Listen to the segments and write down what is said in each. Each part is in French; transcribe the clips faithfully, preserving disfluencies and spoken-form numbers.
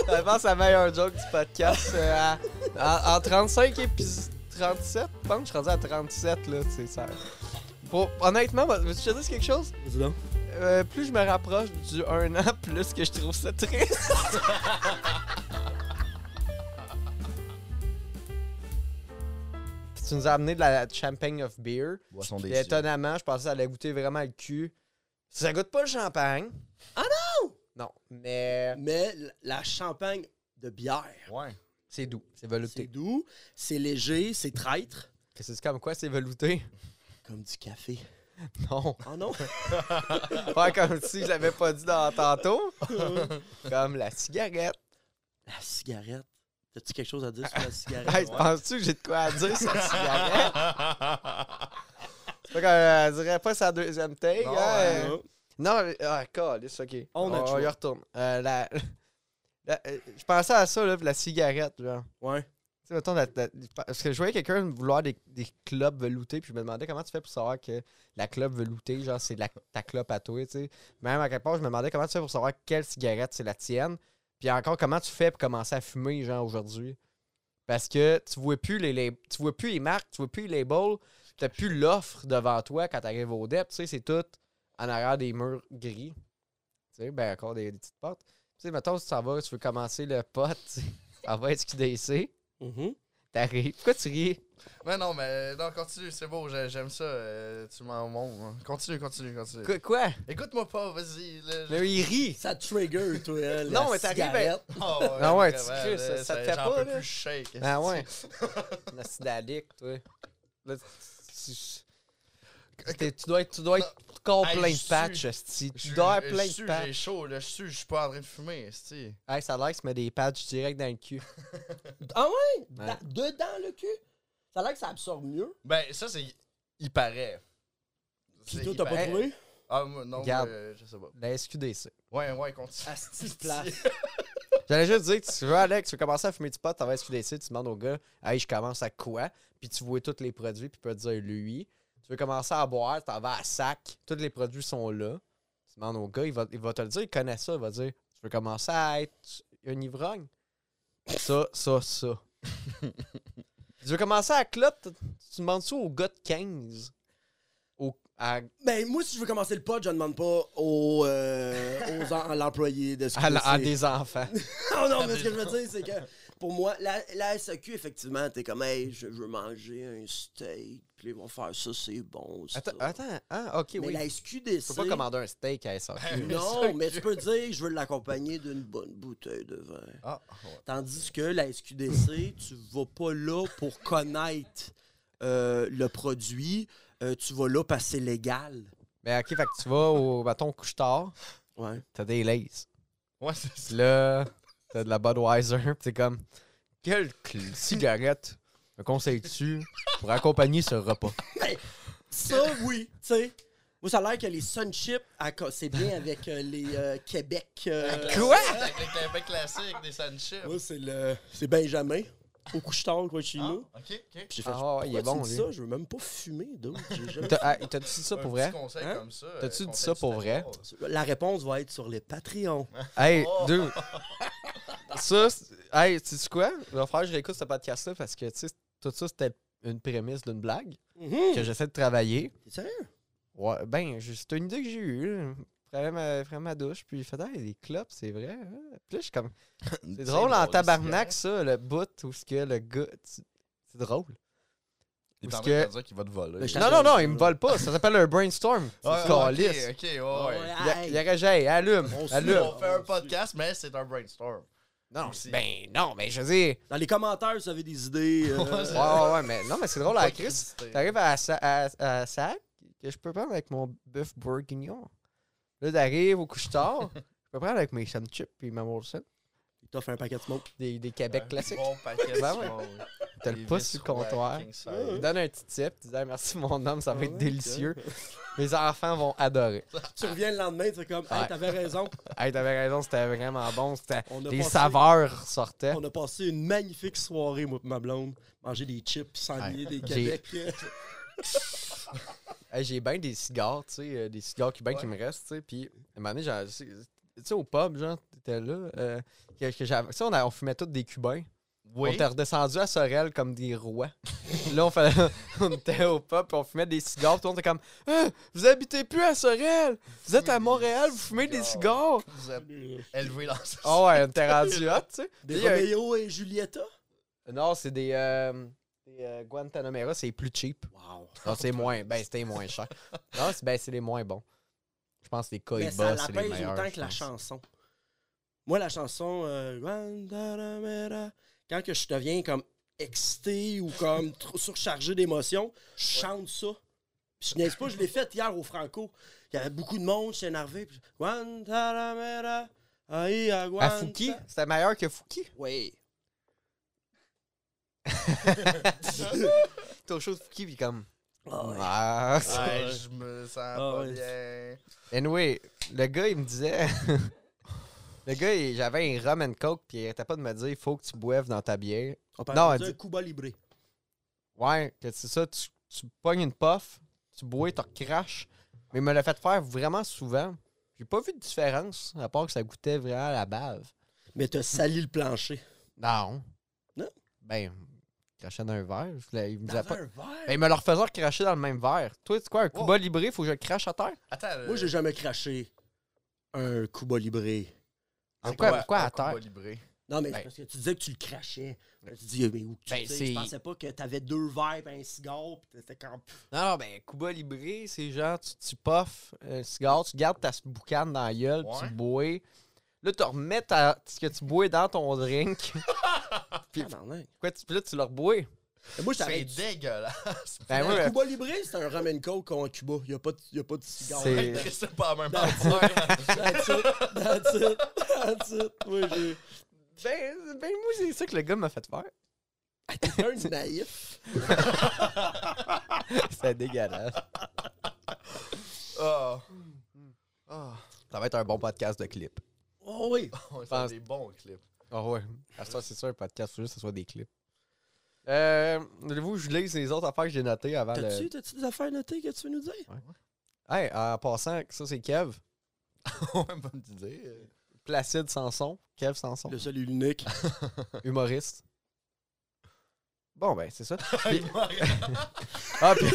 Je pense que la meilleure joke du podcast. Euh, à, en, en trente-cinq épisodes. trente-sept, je pense que je suis rendu à trente-sept, là, tu sais, ça. Pour, honnêtement, veux-tu te dire quelque chose? Vas-y donc. Euh, plus je me rapproche du un an, plus que je trouve ça triste. Tu nous as amené de la champagne of beer. Boisson Et des étonnamment, je pensais que ça allait goûter vraiment le cul. Ça goûte pas le champagne. Ah non! Non, mais Mais la champagne de bière, Ouais. c'est doux, c'est c'est velouté. doux, c'est léger, c'est traître. C'est comme quoi, c'est velouté? Comme du café. Non. Ah non? Pas comme si je l'avais pas dit dans tantôt. Comme la cigarette. La cigarette. T'as-tu quelque chose à dire sur la cigarette? Hey, penses-tu que j'ai de quoi à dire sur la cigarette? C'est pas qu'elle dirait pas sa deuxième take, Non, hein? ouais. Non. Non, mais- ah, câlisse, ok. On a le on, choix. y retourne. Euh, la, la- euh, je pensais à ça, là, puis la cigarette, genre. Ouais. Tu sais, mettons, la- la- parce que je voyais quelqu'un vouloir des, des clubs veloutés, puis je me demandais comment tu fais pour savoir que la club veloutée, genre, c'est la- ta clope à toi, tu sais. Même à quelque part, je me demandais comment tu fais pour savoir quelle cigarette c'est la tienne. Puis encore, comment tu fais pour commencer à fumer, genre, aujourd'hui? Parce que tu vois plus les, lab- tu vois plus les marques, tu vois plus les labels, t'as plus l'offre devant toi quand t'arrives au D E P, tu sais, c'est tout en arrière des murs gris. Tu sais, ben encore des, des petites portes. Tu sais, mettons, si tu s'en vas, tu veux commencer le pot, tu sais, ça va S Q D C, Mhm. t'arrives. Pourquoi tu ris? Mais non, mais non, continue, c'est beau, j'ai- j'aime ça. euh, tu m'en montres. Continue, continue, continue. Quoi? quoi? Écoute-moi pas, vas-y. là, je- Mais il rit. Ça trigger, toi, hein, la Non, mais t'arrives, cigarette. Oh, Ah ouais, tu vraiment, cries, là, ça- ça te fait j'en pas, peux là? plus shake. Ah ouais. Un acide addict, toi. Là, tu, tu- t'es- tu dois être, tu dois être encore Hey, plein je de suis- patchs, esti. Je Tu suis- dois avoir je plein suis- de patchs. J'ai chaud, là, je suis, je suis pas en train de fumer, esti. Hey, ça a l'air qu'il se met des patchs direct dans le cul. Ah ouais? Ouais. Da- dedans le cul? Ça a l'air que ça absorbe mieux. Ben, ça, c'est. Il paraît. Puis C'est- toi, il t'as pas paraît. trouvé? Ah, moi, non, Regarde. moi, euh, je sais pas. La S Q D C. Ouais, ouais, continue. Asti de place. J'allais juste dire que tu veux aller, que tu veux commencer à fumer du pot, t'en vas à S Q D C, tu demandes au gars, hey, je commence à quoi? Puis tu vois tous les produits, puis il peut te dire lui. Tu veux commencer à boire, t'en vas à sac, tous les produits sont là. Tu demandes au gars, il va, il va te le dire, il connaît ça, il va dire, tu veux commencer à être un ivrogne? Ça, ça, ça. Tu veux commencer à la clope, tu tu demandes ça au gars de quinze. Au, à, Ben, moi, si je veux commencer le pot, je ne demande pas aux, euh, aux en- à l'employé de ce à, la- à c'est. des enfants. Non, non, mais ce que je veux dire, c'est que pour moi, la, la S A Q, effectivement, t'es comme, hey, je veux manger un steak, puis ils vont faire ça, c'est bon. ça. Attends, attends, ah, ok, mais oui. la S Q D Tu C. peux pas commander un steak à S A Q. Non, mais tu peux dire, je veux l'accompagner d'une bonne bouteille de vin. Ah, ouais. Tandis que la S Q D C, tu vas pas là pour connaître euh, le produit, euh, tu vas là parce que c'est légal. Mais ok, fait que tu vas au bâton couche-tard, Ouais. t'as des lays. Ouais, c'est ça. Puis là, t'as de la Budweiser, pis t'es comme, quelle cl- cigarette me conseilles-tu pour accompagner ce repas? Ça, oui, tu sais. Moi, ça a l'air que les Sunchips, à co- c'est bien avec euh, les euh, Québec. euh, Quoi? Avec le Québec classique des Sunchips. Moi, c'est le. C'est Benjamin. Au couche-tard, quoi, chez Ah, nous. ok, ok. Puis j'ai fait, Ah, ouais, il est pourquoi bon, tu dis lui. ça? Je veux même pas fumer, d'autres. T'as- ah, T'as-tu dit ça Un pour petit vrai? conseil Hein? comme ça. T'as-tu euh, dit conseil ça du pour vrai? territoire. La réponse va être sur les Patreons. Hey, Oh. deux. Ça, c'est- hey, sais-tu quoi? Il va falloir que je réécoute ce podcast-là parce que, tu sais, tout ça, c'était une prémisse d'une blague Mhm. que j'essaie de travailler. T'es sérieux? Ouais, ben, je- c'est une idée que j'ai eue. là. Frère ma, frère ma douche, puis il fait, hey, des clopes, c'est vrai. hein? Puis là, je suis comme. C'est drôle en le tabarnak, cigarette. ça, le bout où ce que le gars. tu- C'est drôle. Il est Parce en train de que- te dire qu'il va te voler. Mais je Non, non, non, il me vole pas. Ça s'appelle un brainstorm. Ouais, C'est ouais, calice. ok, ok, ouais, ouais. Il y a- il y aurait j'ai, allume, On suit, allume. On fait un podcast, mais c'est un brainstorm. Non, aussi. ben non, mais je veux dire. Dans les commentaires, vous avez des idées. euh, Ouais, c'est- Ouais, ouais, ouais, mais non, mais c'est drôle à Pas Chris. crédité. T'arrives à, Sa- à, à Sac, que je peux prendre avec mon bœuf bourguignon. Là, t'arrives au couche-tard, je peux prendre avec mes Sun Chips et ma Molson. Il t'offre un paquet de smoke. Des, des Québec Un classiques. Bon paquet de Ben ouais. smoke. T'as le Des pouce vis sur le comptoir. king size. Il donne un petit tip, tu dis ah, merci mon homme, ça va être Ouais, délicieux. Mes enfants vont adorer. Tu reviens le lendemain, tu es comme, hey, Ouais. t'avais raison. Hey, t'avais raison, c'était vraiment bon. C'était... On a Les passé- saveurs sortaient. On a passé une magnifique soirée, moi et ma blonde. Manger des chips, s'ennuyer des J'ai- Québec. Hey, j'ai bien des cigares, tu sais, euh, des cigares cubains Ouais. qui me restent, tu sais. Puis, à un moment donné, j'ai- Tu sais, au pub, genre, t'étais là. Euh, que, que j'avais- tu sais, on, a- on fumait tous des Cubains. On Oui. était redescendu à Sorel comme des rois. Là, on, fallait, on était au pub, puis on fumait des cigares. Tout le monde était comme Ah, vous habitez plus à Sorel! Vous êtes à Montréal, vous fumez des cigares! Vous êtes élevé dans ce Ah ouais, on était rendu hot, tu sais. Des Il y a- Romeo et Julieta? Non, c'est des, euh, des euh, Guantanamera, c'est plus cheap. Wow. Non, c'est moins. Ben, c'était moins cher. Non, c'est ben, c'est les moins bons. Je pense que les Mais ça Cohiba, la c'est les pèse meilleurs. autant je que la pense. chanson. Moi, la chanson euh, Guantanamera, quand que je deviens comme excité ou comme trop surchargé d'émotions, je chante ça. Puis je niaise pas, je l'ai fait hier au Franco. Il y avait beaucoup de monde, j'étais énervé. Puis, Guantanamera, aïe, à À Guanta- Fouki, c'était meilleur que Fouki. Oui. T'es au show de Fouki, puis comme. Ah ouais. Ah, ça- Ouais, je me sens Ah pas ouais. bien. Anyway, le gars, il me disait. Le gars, il- j'avais un rum and coke, puis il arrêtait pas de me dire il faut que tu boives dans ta bière. On Non, parle elle de dit- Cuba Libre. Ouais, que c'est ça, tu, tu pognes une puff, tu bois, tu recraches. Mais il me l'a fait faire vraiment souvent. J'ai pas vu de différence, à part que ça goûtait vraiment à la bave. Mais t'as sali le plancher. Non. Non? Ben, il crachait dans un verre. Je voulais- il me disait Dans pas. un verre? Ben, il me le refaisait cracher dans le même verre. Toi, c'est quoi, un Wow. Cuba Libre, faut que je le crache à terre? Attends, euh, Moi, j'ai jamais craché un Cuba Libre. C'est quoi, pourquoi un à terre? Cuba Libre? Non, mais Ben. c'est parce que tu disais que tu le crachais. Tu dis, mais où que tu Ben, sais, c'est- je pensais pas que t'avais deux verres et un cigare, pis t'étais comme. Non, non, ben, Cuba Libre, c'est genre, tu, tu puffes un cigare, tu gardes ta boucane dans la gueule, Ouais. tu bois. Là, tu remets ta- ce que tu bois dans ton drink. Puis, Tabarnak. quoi, tu, puis là, tu le rebois. Mais moi, C'est j'avais dégueulasse. Ben, un moi, Cuba Libre, c'est un rum and coke en Cuba. Il n'y a, pas de- y a pas de cigare. C'est- C'est pas la même That's affaire. That's it. That's it. That's it. Oui, j'ai. ben, ben, moi, c'est ça que le gars m'a fait faire. T'es un naïf. C'est dégueulasse. Ah. Ah. Ça va être un bon podcast de clips. Oh oui. On pense- fait des bons clips. Ah ouais. À ça, c'est ça, un podcast, faut juste que ce soit des clips. Euh, voulez-vous que je lise les autres affaires que j'ai notées avant T'as-tu le... t'as-tu des affaires notées que tu veux nous dire? Hey, en passant, ça, c'est Kev. Ouais, bonne idée. Placide Sanson. Kev Sanson. Le seul et l'unique. Humoriste. Bon, ben, c'est ça. Puis- Ah, puis...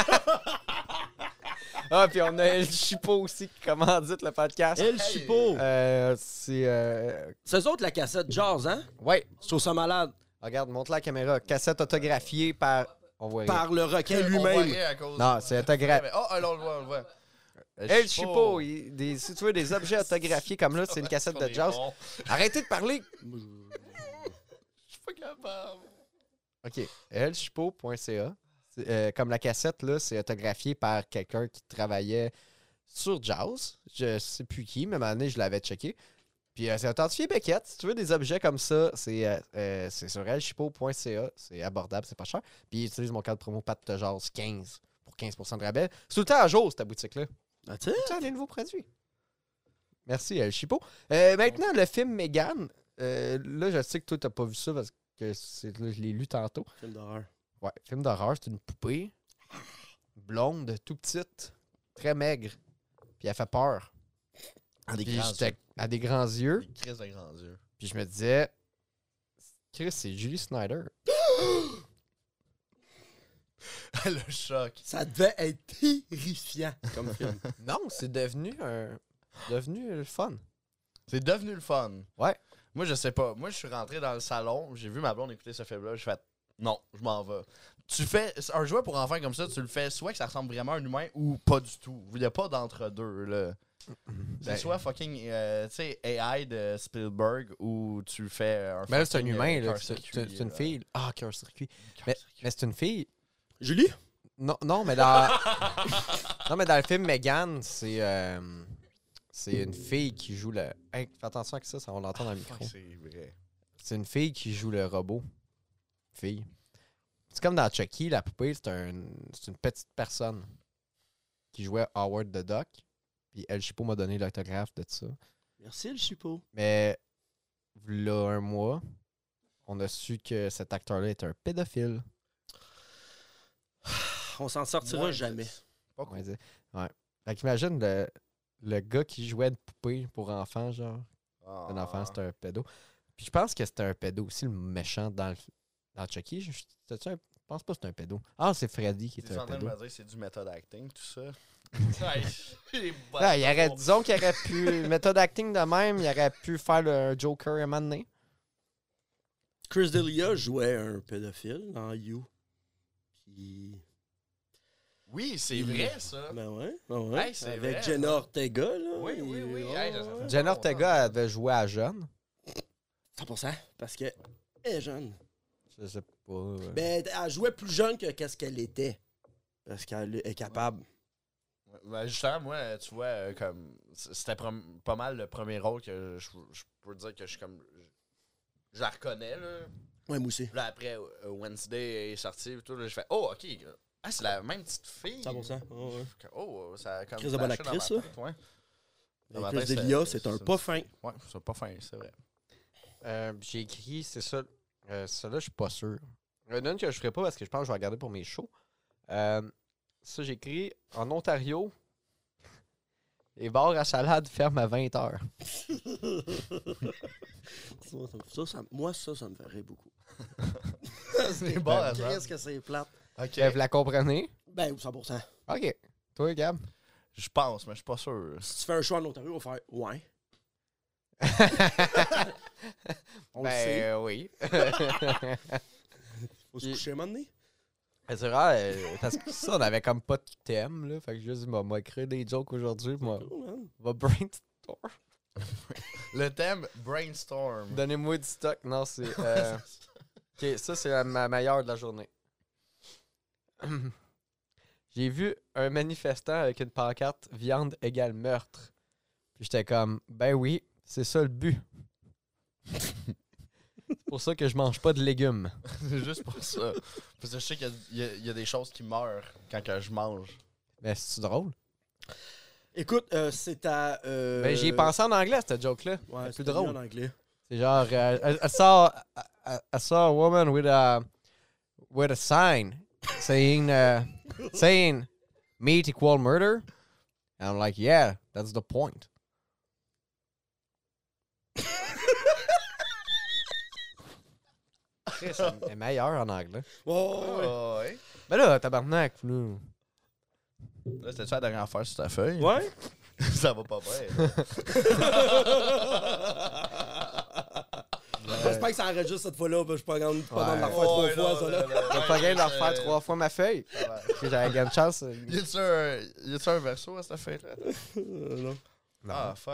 ah, puis on a El Chipo aussi qui commandite le podcast. El Chipo. Euh, c'est... Euh... C'est eux autres la cassette Jazz, hein? Ouais. Je trouve ça malade. Regarde, montre la caméra. Cassette autographiée par... On voit rien. Par le requin On lui-même. voit à cause- Non, c'est autographié. Oh, ah, là, on le voit, on le voit. El Chipo, il- des, si tu veux des objets autographiés comme là, c'est une cassette de jazz. Arrêtez de parler! Je suis pas capable. OK. el chipo point c a. C'est, euh, comme la cassette, là, c'est autographié par quelqu'un qui travaillait sur Jazz. Je sais plus qui, mais à un moment donné, je l'avais checké. Puis euh, c'est authentifié Beckett. Si tu veux des objets comme ça, c'est euh, euh, c'est sur el chipo point c a. C'est abordable, c'est pas cher. Puis utilise mon code promo Pat de Jazz quinze pour quinze pour cent de rabais. C'est tout le temps à jour, cette boutique-là. That's it. Tu as des nouveaux produits. Merci, El Chipo. Euh, maintenant, le film Megan. Euh, là, je sais que toi, t'as pas vu ça parce que c'est, là, je l'ai lu tantôt. Film d'horreur. Ouais, film d'horreur, c'est une poupée blonde, tout petite, très maigre. Puis elle fait peur. À des Puis grands j'étais yeux. à des grands yeux. Des crises de grands yeux. Puis je me disais, Chris, c'est Julie Snyder. Le choc. Ça devait être terrifiant comme film. Non, c'est devenu un. Devenu le fun. C'est devenu le fun. Ouais. Moi, je sais pas. Moi, je suis rentré dans le salon, j'ai vu ma blonde écouter ce film-là, j'ai fait non, je m'en vais. Tu fais un jouet pour enfants comme ça, tu le fais soit que ça ressemble vraiment à un humain ou pas du tout. Il n'y a pas d'entre-deux, là. C'est Ben- soit fucking, euh, tu sais, A I de Spielberg ou tu fais un Mais là, c'est un fucking, humain, euh, là. cœur C'est, circuit, c'est- c'est une là. fille. Ah, cœur circuit. Cœur Mais, circuit. mais c'est une fille. Julie? Non, non, mais dans. non, mais dans le film Megan, c'est. euh, c'est une fille qui joue le. Hey, fais attention avec ça, ça on l'entend dans le Fuck, micro. c'est vrai. C'est une fille qui joue le robot. Fille. C'est comme dans Chucky, la poupée, c'est un, c'est une petite personne qui jouait Howard the Duck. Puis El Chipo m'a donné l'autographe de ça. Merci, El Chipo. Mais, là, un mois, on a su que cet acteur-là est un pédophile. On s'en sortira Moins jamais. dix. Pas On cool. va dire. Ouais. Fait qu'imagine le, le gars qui jouait une poupée pour enfants, genre. Ah. Un enfant, c'était un pédo. Puis je pense que c'était un pédo aussi, le méchant dans, le, dans Chucky. Je, c'était-tu un- je pense pas que c'était un pédo. Ah, c'est Freddy qui T'es était en un train de pédo. me dire que c'est du méthode acting, tout ça? Ouais, il est bon. Ah, il aurait, disons qu'il aurait pu, méthode acting de même, il aurait pu faire le Joker un moment donné. Chris D'Elia jouait un pédophile dans You. Puis. Oui, c'est Il- vrai, ça. Ben ouais, ben ouais. Hey, c'est Avec vrai, Jenna ça. Ortega, là. Oui, oui, il- oui. ouais, Hey, ça, ça ouais. fait- Jenna Ortega avait joué à jeune. cent pour cent. Parce qu'elle est jeune. Je sais pas. euh. Ben, elle jouait plus jeune que qu'est-ce qu'elle était. Parce qu'elle est capable. Ben, justement, moi, tu vois, euh, comme c'était prom- pas mal le premier rôle que je, je peux dire que je suis comme. Je, je la reconnais, là. Ouais, moi aussi. Là, après, euh, Wednesday est sorti, et tout, là, je fais, oh, ok. Ah, c'est la même petite fille. cent pour cent. Ouais, ouais. Oh, ça a comme. Chris de bonne flashé dans ma actrice, tête, ouais. Dans Et ma Chris tête, D'Elia, c'est- c'est un c'est- pas fin. Ouais, c'est pas fin, c'est vrai. Euh, j'ai écrit, c'est ça. Euh, ça là, je suis pas sûr. Il y en a une que je ferai pas parce que je pense que je vais regarder pour mes shows. Euh, ça, j'ai écrit en Ontario, les bars à salade ferment à vingt heures. Ça, ça, ça- moi, ça, ça me ferait beaucoup. C'est bon, à ça. Qu'est-ce que c'est plate? Ok. Euh, Vous la comprenez? Ben, cent pour cent. Ok. Toi, Gab? Je pense, mais je suis pas sûr. Si tu fais un choix en Ontario, on va faire ouais. On le ben sait. euh, oui. Faut se il- coucher un moment donné. C'est vrai, euh, parce que ça, on avait comme pas de thème, là. Fait que juste, m'a m'a créé des jokes aujourd'hui. Moi, Cool, man. on va brainstorm. Le thème brainstorm. Donnez-moi du stock. Non, c'est. euh, ok, ça, c'est la- ma meilleure de la journée. J'ai vu un manifestant avec une pancarte viande égale meurtre. Puis j'étais comme, ben oui, c'est ça le but. C'est pour ça que je mange pas de légumes. C'est juste pour ça. Parce que je sais qu'il y a- il y, a- il y a des choses qui meurent quand que je mange. Mais c'est drôle. Écoute, euh, c'est à. Euh... Ben, j'y ai pensé en anglais, cette joke-là. Ouais, c'est c'est plus drôle. en anglais. C'est genre, euh, I, I saw, I, I saw a woman with a, with a sign saying, uh, saying meat equal murder. And I'm like, yeah, that's the point. Chris, elle est meilleure en anglais. Ouais, ouais, ouais. Ah ouais. Ben là, tabarnak, là. Là, c'était-tu la dernière affaire sur ta feuille? Ouais? Ça va pas bien. J'espère que ça enregistre cette fois-là. Ben, je suis pas grande pas Ouais. dans la fois trois Ouais, fois, non, ça, là. non, non, J'ai ouais, pas gagné de leur c'est- faire trois fois ma feuille. Ça va. Parce que j'avais gagné de chance. euh, Y a-tu un, y a-tu un verso à cette feuille-là? Euh, non. Non. Ah, fuck.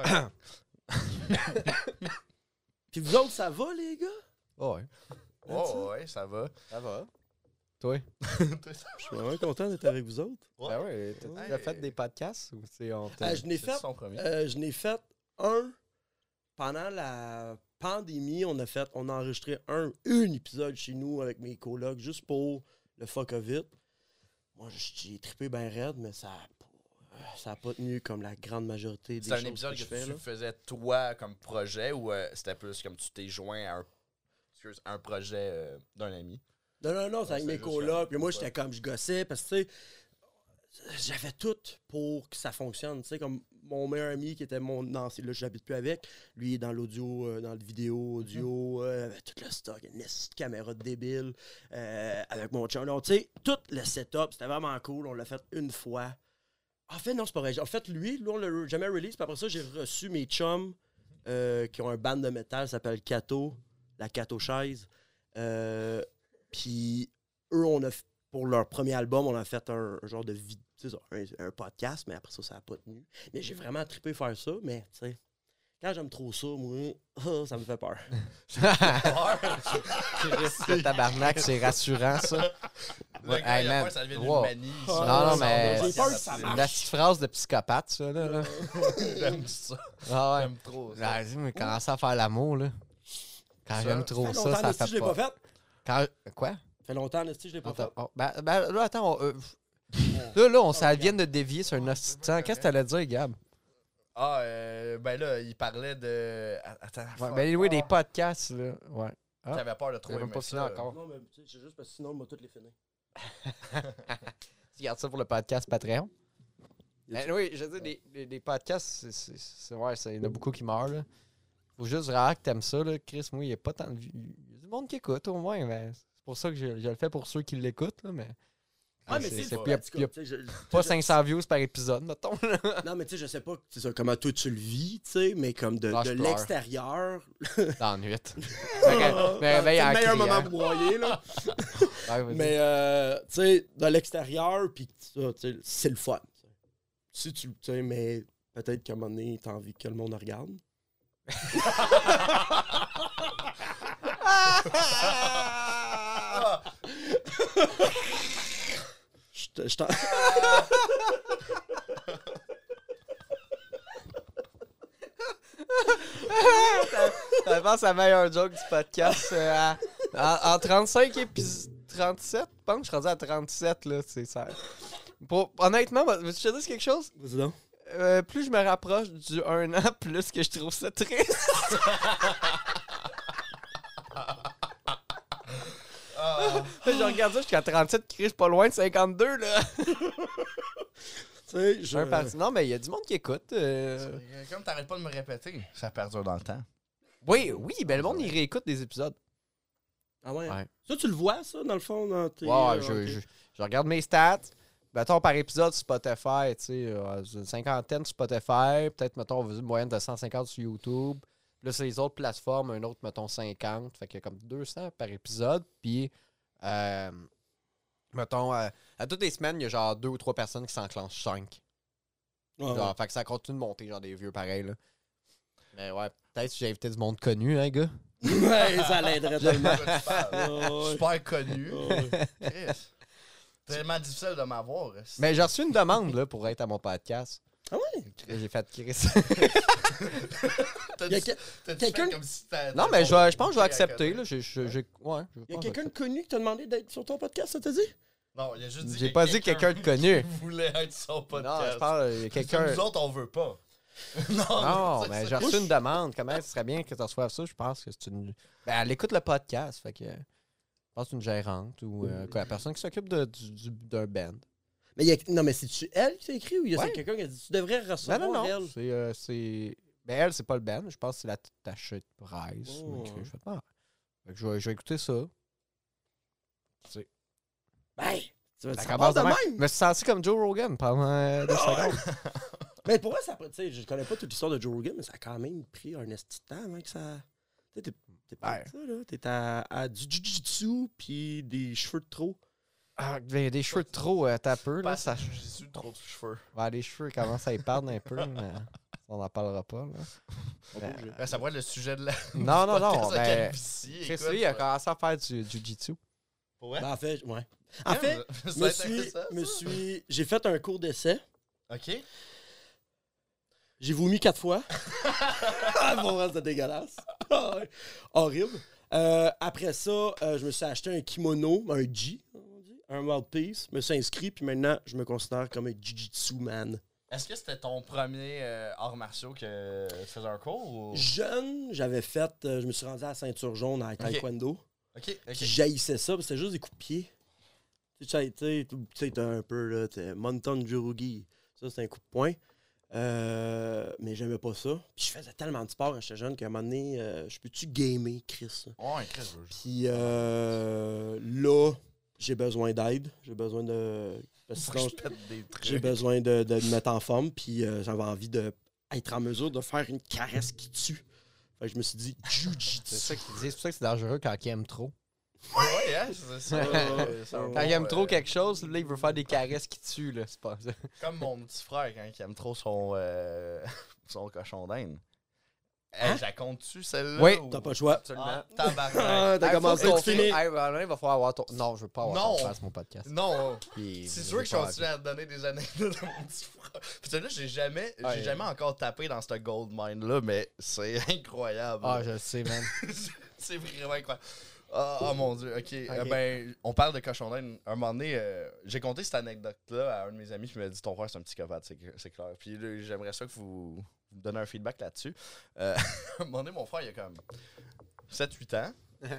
Puis vous autres, ça va, les gars? Ouais, Oh, ouais, ça va. ça va. Toi? Je suis vraiment content d'être avec vous autres. Ouais. Ben ouais, t'as Ouais. déjà fait des podcasts ou c'est on t'a- Ah, je n'ai C'est fait son premier. Euh, je n'ai fait un pendant la pandémie. On a fait, on a enregistré un, un épisode chez nous avec mes colocs juste pour le fuck of it. Moi, j'ai trippé bien raide, mais ça a pas, ça a pas tenu comme la grande majorité des C'était choses un épisode que que, je fais. tu là. faisais toi comme projet ou euh, c'était plus comme tu t'es joint à un, excuse, à un projet euh, d'un ami? Non, non, non, c'est avec c'est mes juste colocs. comme- Puis moi, ouais. j'étais comme, je gossais parce que, tu sais, j'avais tout pour que ça fonctionne. Tu sais, comme mon meilleur ami qui était mon. Non, c'est là, j'habite plus avec. Lui, il est dans l'audio, euh, dans le vidéo, audio, euh, avec tout le stock, une petite caméra de débile, euh, avec mon chum. Donc, tu sais, tout le setup, c'était vraiment cool. On l'a fait une fois. En fait, non, c'est pas vrai. En fait, lui, là, on l'a jamais release. Puis après ça, j'ai reçu mes chums euh, qui ont un band de métal, ça s'appelle Cato, la Cato Chaise. Euh, Puis eux, on a f- pour leur premier album, on a fait un, un genre de vid- tu sais, ça, un, un podcast, mais après ça, ça n'a pas tenu. Mais j'ai vraiment trippé faire ça, mais tu sais, quand j'aime trop ça, moi, ça me fait peur. Chris, le tabarnak, c'est rassurant, ça. Le Ouais, gars, hey, il a man. peur que ça devienne Wow. une manie. Ah, ça. non, non, Ça, mais- on va J'ai peur que se ça casser. marche. La petite phrase de psychopathe, ça, là. là. J'aime ça. Ah ouais. J'aime trop ça. Ah, dis, mais commencer à faire l'amour, là. Quand Ça, j'aime Ça trop fait ça, longtemps, ça Nasty, je fait l'ai pas pas. fait. Quand... Quoi? Ça fait longtemps, Nasty, je l'ai pas fait. Attends, oh, ben, ben, là, attends. on, euh, Là, là, on s'en vient de dévier sur un hostie de temps. Qu'est-ce que t'allais dire, Gab? Ah, euh, ben là, il parlait de. Attends, Ouais, fuck. ben, oui, des podcasts, là. Ouais. Ah, T'avais peur de trop j'avais aimer pas fini ça. encore. Non, mais tu sais, c'est juste parce que sinon, on m'a toutes les finir. Tu gardes ça pour le podcast Patreon? Ben oui, je veux dire, les, les, les podcasts, c'est, c'est, c'est, ouais, c'est, il y en a beaucoup qui meurent. Là. Faut juste vraiment que t'aimes ça. Là. Chris, moi, il n'y a pas tant de... Il y a du monde qui écoute, au moins. Mais c'est pour ça que je, je le fais pour ceux qui l'écoutent. Là, mais... Ah, mais c'est, c'est, c'est il y a, il y a tu sais, je- pas je- cinq cents views par épisode, mettons. Là. Non, mais tu sais, je sais pas c'est ça, comment toi tu le vis, tu sais, mais comme de, Ah, de je pleure. l'extérieur. Dans la nuit. Ah, mais, ben, c'est en le meilleur criant. moment pour broyer, là. Ouais, vas-y. Mais, euh, tu sais, de l'extérieur, puis ça, tu sais, c'est le fun. T'sais. Si tu, tu sais, mais peut-être qu'à un moment donné, t'as envie que le monde regarde. Je te- je t'en- Je pense la meilleure joke du podcast. euh, à- en, en trente-cinq épisodes. trente-sept, je pense que je suis rendu à trente-sept, là. C'est ça. Pour, honnêtement, veux-tu que je te dise quelque chose? Vas-y donc. Euh, plus je me rapproche du un an, plus que je trouve ça triste. Je regarde ça, je suis à trente-sept, Chris, pas loin de cinquante-deux, là. Tu sais, je... Un parti- Non, mais il y a du monde qui écoute. euh. Comme t'arrêtes pas de me répéter, ça perdure dans le temps. Oui, oui, ben le monde, il réécoute des épisodes. Ah ouais? Ouais. Ça, tu le vois, ça, dans le fond, dans tes... Ouais, euh, je, ok. je, je regarde mes stats. Mettons par épisode sur Spotify, tu sais, euh, une cinquantaine sur Spotify, peut-être, mettons, on va dire une moyenne de cent cinquante sur YouTube. Puis là, c'est les autres plateformes, un autre, mettons, cinquante. Fait qu'il y a comme deux cents par épisode. Puis, euh, mettons, euh, à toutes les semaines, il y a genre deux ou trois personnes qui s'enclenchent cinq. Ouais, ouais. Genre, fait que ça continue de monter, genre des vieux pareils, là. Mais ouais, peut-être si j'ai invité du monde connu, hein, gars. Ouais, ça l'aiderait tellement. De quoi tu parles? Ouais, ouais. Super connu. Ouais. Chris. Tellement difficile de m'avoir. Mais j'ai reçu une demande, là, pour être à mon podcast. Ah ouais? Et j'ai fait Chris. T'as Il y a dit- que- t'as dit quelqu'un- fait comme si t'as- Non, t'as mais je, vais- je pense que je vais à accepter, côté. là. J'ai, j'ai, j'ai- ouais, je Il y a pense quelqu'un de que connu qui t'a demandé d'être sur ton podcast, ça t'a dit? Non, il a juste dit J'ai que pas dit quelqu'un de connu. qui voulait être sur j'accepte. podcast. Non, je parle il y a quelqu'un. Nous autres, on veut pas. non, Non, c'est mais ça. j'ai reçu une demande. Comment ce serait bien que tu reçoives ça? Je pense que c'est une. Ben, elle écoute le podcast. Fait que. Je pense que c'est une gérante ou euh, quoi, la personne qui s'occupe de, du, du- d'un band. Mais il y a... Non, mais c'est-tu elle qui t'a écrit ou il y a Ouais. c'est quelqu'un qui a dit tu devrais Non, recevoir non, non. elle? C'est. euh, c'est... Ben, elle, c'est pas le band. Je pense que c'est la tachette de Price. Oh. Je fais, ah. Fait que je vais, je vais écouter ça. C'est. Ben, tu vas Ça te commence de de même. même. Je me suis senti comme Joe Rogan pendant euh, deux secondes. Mais pour moi, ça, tu sais, je connais pas toute l'histoire de Joe Rogan, mais ça a quand même pris un esti de temps avant que ça. Tu sais, t'es, t'es pas Ouais. ça, là. T'es à, à du jiu-jitsu puis des cheveux de trop. Ah, ben, des cheveux de trop, euh, t'as peu, là. Pas Ça... J'ai su trop de cheveux. Ouais, les cheveux commencent à y perdre un peu, mais on n'en parlera pas, là. Ben, Ben, ça pourrait être le sujet de la. Non, du non, non, podcast de ben, calvitie, Chris, écoute, lui, il a ça- commencé à faire du, du jiu-jitsu. Pour vrai? Ben, en fait, ouais. En fait, C'est me suis, intéressant, me ça. suis, j'ai fait un cours d'essai. Ok. J'ai vomi quatre fois. Ah, pour vrai, c'était dégueulasse. Ah, ouais. Horrible. Euh, après ça, euh, je me suis acheté un kimono, un G, on dit, un mouthpiece. Je me suis inscrit, puis maintenant, je me considère comme un jiu-jitsu man. Est-ce que c'était ton premier euh, art martiaux que tu faisais un cours ou. Jeune, j'avais fait, euh, je me suis rendu à la ceinture jaune à taekwondo. Ok, ok. Puis j'haïssais ça, parce que c'était juste des coups de pied. Tu sais, tu sais, tu sais, t'as un peu, là, t'es Monton Jurugi. Ça, c'est un coup de poing. Euh, mais j'aimais pas ça. Puis je faisais tellement de sport quand j'étais jeune qu'à un moment donné, euh, je peux-tu gamer, Chris? Ouais, Chris, je veux juste- Puis euh, là, j'ai besoin d'aide. J'ai besoin de. Parce que Faut que sinon, je pète des trucs. j'ai besoin de, de me mettre en forme. Puis euh, j'avais envie d'être en mesure de faire une caresse qui tue. Fait que je me suis dit, C'est Jiu-Jitsu. ça qu'il dit. C'est pour ça que c'est dangereux quand il aime trop. Ouais, hein, c'est ça. euh, c'est un Quand Quand bon, il aime trop euh, quelque chose, là, il veut faire des caresses qui tuent, là. C'est pas ça. Comme mon petit frère quand il aime trop son, euh, son cochon d'Inde. Hein? Hey, je la compte-tu celle-là? Oui, ou- T'as pas le choix. Absolument. Ah, tabarnak. Ah, t'as Hey, commencé faut à qu'on finir. finisse. Hey, ben, là, il va falloir avoir ton. Non, je veux pas avoir Non. ton place mon podcast. Non, Puis, c'est j'ai sûr que je pas continue à te donner des anecdotes de mon petit frère. Puis celui-là, j'ai jamais, j'ai Ouais. jamais encore tapé dans ce gold mine-là, mais c'est incroyable. Ah, je le sais, man. C'est vraiment incroyable. Ah oh, mon dieu, ok. Euh, Ok. ben, on parle de cochon d'Inde. Un moment donné, euh, j'ai conté cette anecdote-là à un de mes amis, puis il m'a dit ton frère c'est un psychopathe, c'est c'est clair. Puis là, j'aimerais ça que vous, vous me donniez un feedback là-dessus. Euh, à un moment donné, mon frère, il a comme sept huit ans.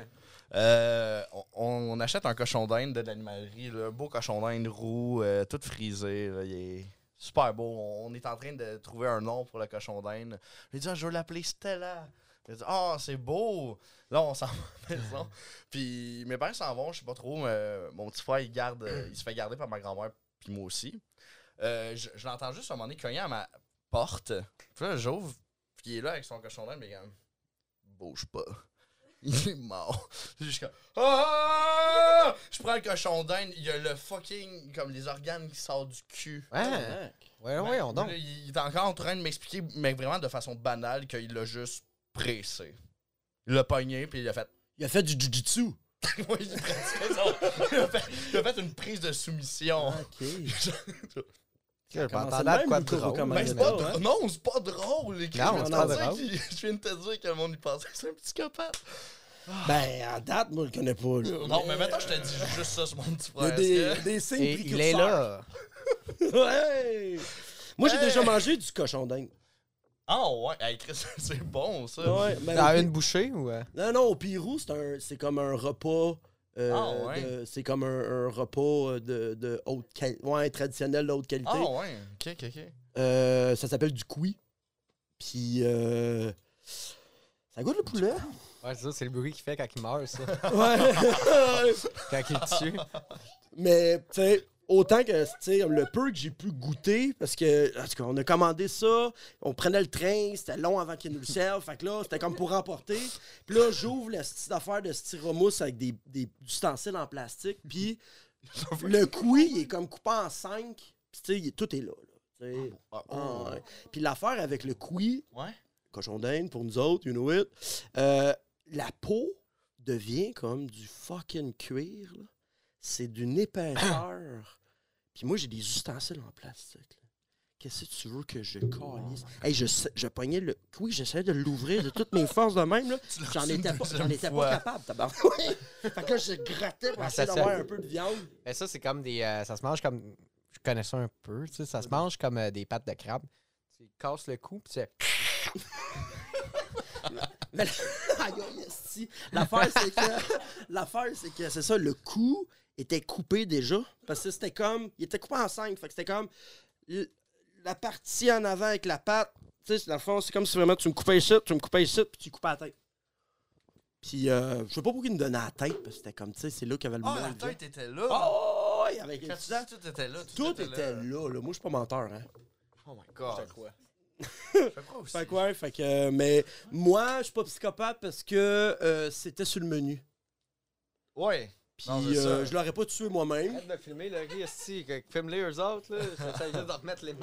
Euh, on, on achète un cochon d'Inde de l'animalerie, là, un beau cochon d'Inde roux, euh, tout frisé. Là, il est super beau. On est en train de trouver un nom pour le cochon d'Inde. J'ai dit, ah, je veux l'appeler Stella. Il a dit, ah, oh, c'est beau. Là, on s'en va à la maison. Puis mes parents s'en vont, je sais pas trop. Mais mon petit frère, il garde, il se fait garder par ma grand-mère, puis moi aussi. Euh, je je l'entends juste à un moment donné cogner à ma porte. Puis là, j'ouvre, puis il est là avec son cochon d'Inde, mais comme, bouge pas. Il est mort. Je suis comme, ah! Je prends le cochon d'Inde, il y a le fucking, comme les organes qui sortent du cul. Ouais, ouais, ouais, on donc. Là, il est encore en train de m'expliquer, mais vraiment de façon banale, qu'il l'a juste pressé. Il l'a pogné, puis il a fait. Il a fait du jujitsu. Oui, il, il, a fait, il a fait une prise de soumission. Ok. Je Comment m'entendais c'est à le quoi même, de Nico, drôle. comment Ben, il c'est est pas drôle, dr- hein? Non, c'est pas drôle. Les Non, je, c'est viens pas de te dire drôle. qu'il- je viens de te dire que le monde y pensait que c'est un psychopathe. Ben, à date, moi, je le connais pas. Là. Non, mais maintenant, je te dis juste ça sur mon petit Il y a frère. des, est-ce que- des signes Et il est précurseurs. là. Ouais! Moi, j'ai Hey! déjà mangé du cochon d'Inde. Ah ouais, hey, Chris, c'est bon ça. Ouais, ben, Dans au Pi- une bouchée ou. euh? Non, non, au Pérou, c'est un, c'est comme un repas. euh, Ah, ouais. de- c'est comme un, un repas de, de haute qualité. Ouais, traditionnel de haute qualité. Ah ouais, ok, ok, ok. Euh, ça s'appelle du cuit. Puis, euh, ça goûte le poulet. Ouais, c'est ça, c'est le bruit qu'il fait quand il meurt, ça. Ouais. Quand il est dessus. Mais, tu sais, autant que, tu sais, le peu que j'ai pu goûter, parce que, en tout cas, on a commandé ça, on prenait le train, c'était long avant qu'ils nous le servent, fait que là, c'était comme pour emporter. Puis là, j'ouvre la petite affaire de styromousse avec des, des ustensiles en plastique, puis le couille, il est comme coupé en cinq, puis tu sais, il est- tout est là, là, tu sais. Ah, Ah, ouais. Puis l'affaire avec le couille, Ouais. cochon d'Inde pour nous autres, you know it, euh, la peau devient comme du fucking cuir, là. C'est d'une épaisseur. Puis moi, j'ai des ustensiles en plastique. là. Qu'est-ce que tu veux que je calisse? Hey, je, sais- je pognais le... Oui, j'essayais de l'ouvrir de toutes mes forces de même. Là. Tu l'as J'en reçu étais, une pas, deuxième j'en étais fois. pas capable, tabarnak. Fait que là, je grattais pour Ah, essayer ça d'avoir sert. un peu de viande. Mais ça, c'est comme des. euh, ça se mange comme. Je connais ça un peu, tu sais. Ça se mange comme euh, des pattes de crabe. Tu casses le cou, puis tu. Mais aïe, aïe, esti. L'affaire, c'est que... L'affaire, c'est que, c'est ça, le cou était coupé déjà. Parce que c'était comme... Il était coupé en cinq. Fait que c'était comme... l- La partie en avant avec la patte. Tu sais, dans le fond, c'est comme si vraiment tu me coupais ici, tu me coupais ici, puis tu coupais la tête. Puis, euh, je sais pas pourquoi il me donnait la tête, parce que c'était comme, tu sais, c'est là qu'il y avait le Ah, la moule. tête était là. Oh, il y avait Quand quelque tu chose. dis tout était là. Tout était là. là. Moi, je suis pas menteur, hein. Oh my god. crois. Je crois aussi. Fait que ouais, fait que... euh, mais moi, je suis pas psychopathe parce que euh, c'était sur le menu. Ouais. Puis Non, c'est euh, ça. je l'aurais pas tué moi-même. Arrête de filmer le riz, esti. Filme-les eux autres, là. J'essaie juste de remettre les.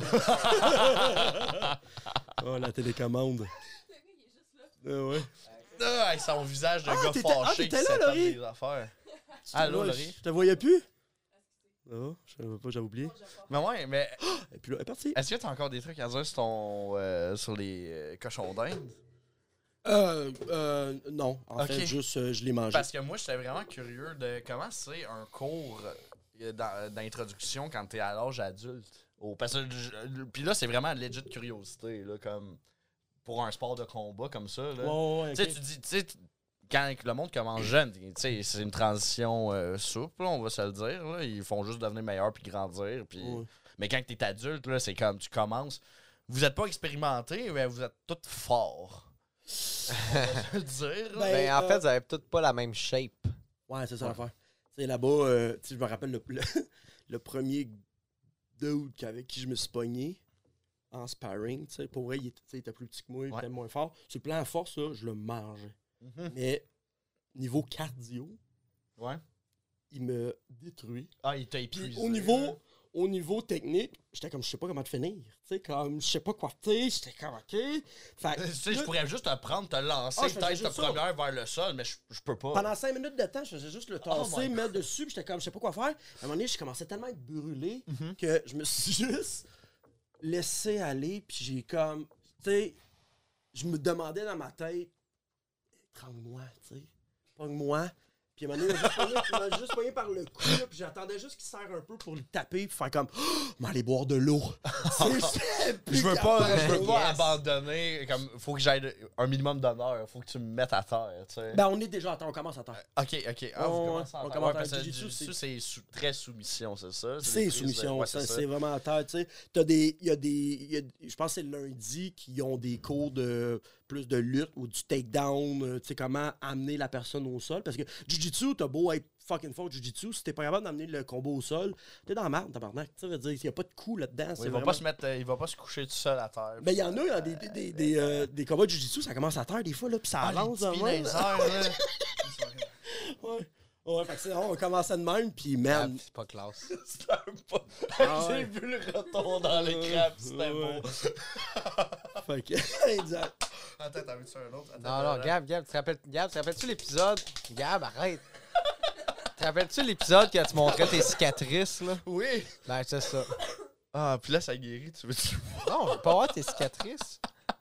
Oh, la télécommande. Ah ouais. Ah, avec son visage de Ah, gars t'étais- ah, fâché t'étais qui là, s'attend Laurie? des affaires. Tu Allô, te vois- Laurie? Je te voyais plus? Non, je savais pas, j'avais oublié. Mais ouais, mais Et puis là, elle est partie. est-ce que t'as encore des trucs à dire sur ton euh, sur les euh, cochons d'Inde? Euh, euh, non. En Ok. fait, juste, euh, je l'ai mangé. Parce que moi, j'étais vraiment curieux de comment c'est un cours euh, d'in- d'introduction quand t'es à l'âge adulte. Au, parce que, je- puis là, c'est vraiment legit curiosité, là, comme pour un sport de combat comme ça. Là. Ouais, ouais, Tu sais, ok. tu dis, tu sais, quand le monde commence jeune, tu sais, c'est une transition euh, souple, là, on va se le dire. Là. Ils font juste devenir meilleurs puis grandir. Puis... Ouais. Mais quand t'es adulte, là, c'est comme tu commences. Vous êtes pas expérimenté, mais vous êtes tous forts. On va se le dire. là. Ben, Ben, en euh, fait, vous avez toutes pas la même shape. Ouais, c'est ça l'affaire. Tu sais, là-bas, euh, tu sais, je me rappelle le, le, le premier dude avec qui je me suis pogné en sparring. Tu sais, pour vrai, il était, tu sais, il était plus petit que moi, il Ouais. était moins fort. Sur le plan de force, là, je le mangeais. Mhm. Mais niveau cardio, Ouais. il me détruit. Ah, il t'a Puis épuisé. au niveau, au niveau technique, j'étais comme, je sais pas comment te finir. Tu sais, comme, je sais pas quoi faire. J'étais comme, OK. Fait, Tu sais, je là, pourrais juste te prendre, te lancer, Ah, je faisais peut-être ta juste ça. première vers le sol, mais je, je peux pas. pendant cinq minutes de temps, je faisais juste le tasser, Oh my mettre dessus, puis j'étais comme, je sais pas quoi faire. À un moment donné, je commençais tellement à être brûlé Mhm. que je me suis juste laissé aller, puis j'ai comme, tu sais, je me demandais dans ma tête, étrangle-moi, tu sais, pogne-moi. Puis à un moment donné, il m'a juste pogné- il m'a juste pogné par le cou, là, puis j'attendais juste qu'il serre un peu pour le taper, puis faire comme oh, m'aller boire de l'eau. Je veux pas, je veux Yes. pas abandonner. Comme, faut que j'aille un minimum d'honneur. Faut que tu me mettes à terre, tu sais. Ben, on est déjà à terre, on commence à terre. Ok, ok. Ah, Ouais, vous ouais, commencez à on faire- commence ouais, à- parce que Jiu-Jitsu, Jiu-Jitsu, c'est- c'est sou- très soumission, c'est ça? C'est des prises de- soumission, ouais, ça, c'est ça. c'est vraiment à terre, tu sais. T'as des, il y a des, il y a- je pense que c'est le lundi qui ont des cours de plus de lutte ou du takedown, euh, tu sais, comment amener la personne au sol. Parce que Jiu-Jitsu, t'as beau être fucking fort Jiu-Jitsu, si t'es pas capable d'amener le combo au sol, t'es dans la merde, tabarnak. Tu sais, veut dire, il y a pas de coup là-dedans. Ouais, c'est il va vraiment... pas se mettre, euh, il va pas se coucher tout seul à terre. Ben, il y en a, il y a des, des, des, des, euh, des combats de Jiu-Jitsu, ça commence à terre des fois, là, puis ça Ah, les avance petits de pieds dans même. les airs, là. Ouais. Ouais, fait que c'est on commence à de même, puis Ah, man. c'est pas classe. C'était un pas- Ah ouais. J'ai vu le retour dans l'écran, pis c'était Ouais. beau. Fait que, exact. Attends, t'as vu ça un autre? Non, non, Gab, Gab, tu te rappelles, Gab, tu te rappelles-tu l'épisode? Gab, arrête. Tu te rappelles-tu l'épisode que tu montrais tes cicatrices, là? Oui! Ben, c'est ça. Ah, puis là, ça guérit, tu veux-tu? Non, je veux pas voir tes cicatrices.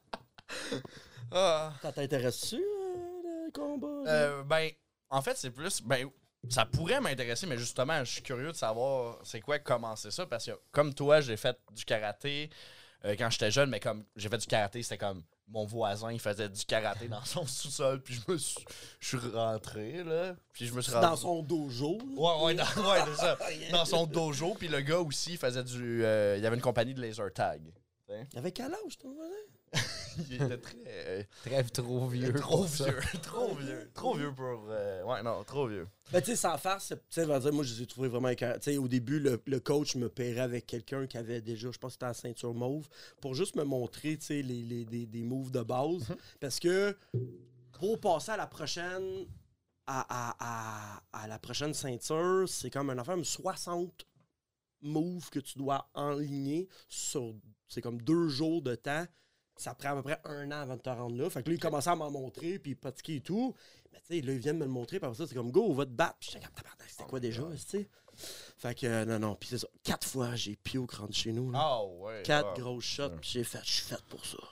Ah. Ça t'intéresse-tu, euh, le combat? là? Euh, ben, en fait, c'est plus. Ben, ça pourrait m'intéresser, mais justement, je suis curieux de savoir c'est quoi commencer ça. Parce que, comme toi, j'ai fait du karaté euh, quand j'étais jeune, mais comme j'ai fait du karaté, c'était comme mon voisin, il faisait du karaté dans son sous-sol, puis je me suis. Je suis rentré, là. Puis je me suis rendu. Dans son dojo. là. Ouais, ouais, dans, ouais, c'est ça. Dans son dojo, puis le gars aussi, il faisait du. euh, il y avait une compagnie de laser tag. Il avait quel âge, ton voisin? Il était très. euh, Très trop vieux. trop pour ça. vieux. Trop vieux. Trop vieux pour. euh, ouais, non, trop vieux. Ben, tu sais, sans farce, tu sais, va dire, moi, je les ai trouvés vraiment écœurants. Tu sais, au début, le, le coach me paierait avec quelqu'un qui avait déjà, je pense que c'était la ceinture mauve, pour juste me montrer, tu sais, les, les, des, des moves de base. Parce que pour passer à la prochaine, à, à, à, à la prochaine ceinture, c'est comme un affaire de soixante moves que tu dois enligner sur, c'est comme deux jours de temps. Ça prend à peu près un an avant de te rendre là. Fait que là, il commençait à m'en montrer, puis pratiquer et tout. Mais tu sais, là, ils viennent me le montrer, puis après ça, c'est comme, go, on va te battre. Puis j'étais comme, tabarnak, c'était quoi déjà, tu sais? Fait que, euh, non, non, puis c'est ça. Quatre fois, j'ai pied au crâne chez nous. Là. Ah, ouais. Quatre ah. grosses shots, puis j'ai fait, je suis fait pour ça.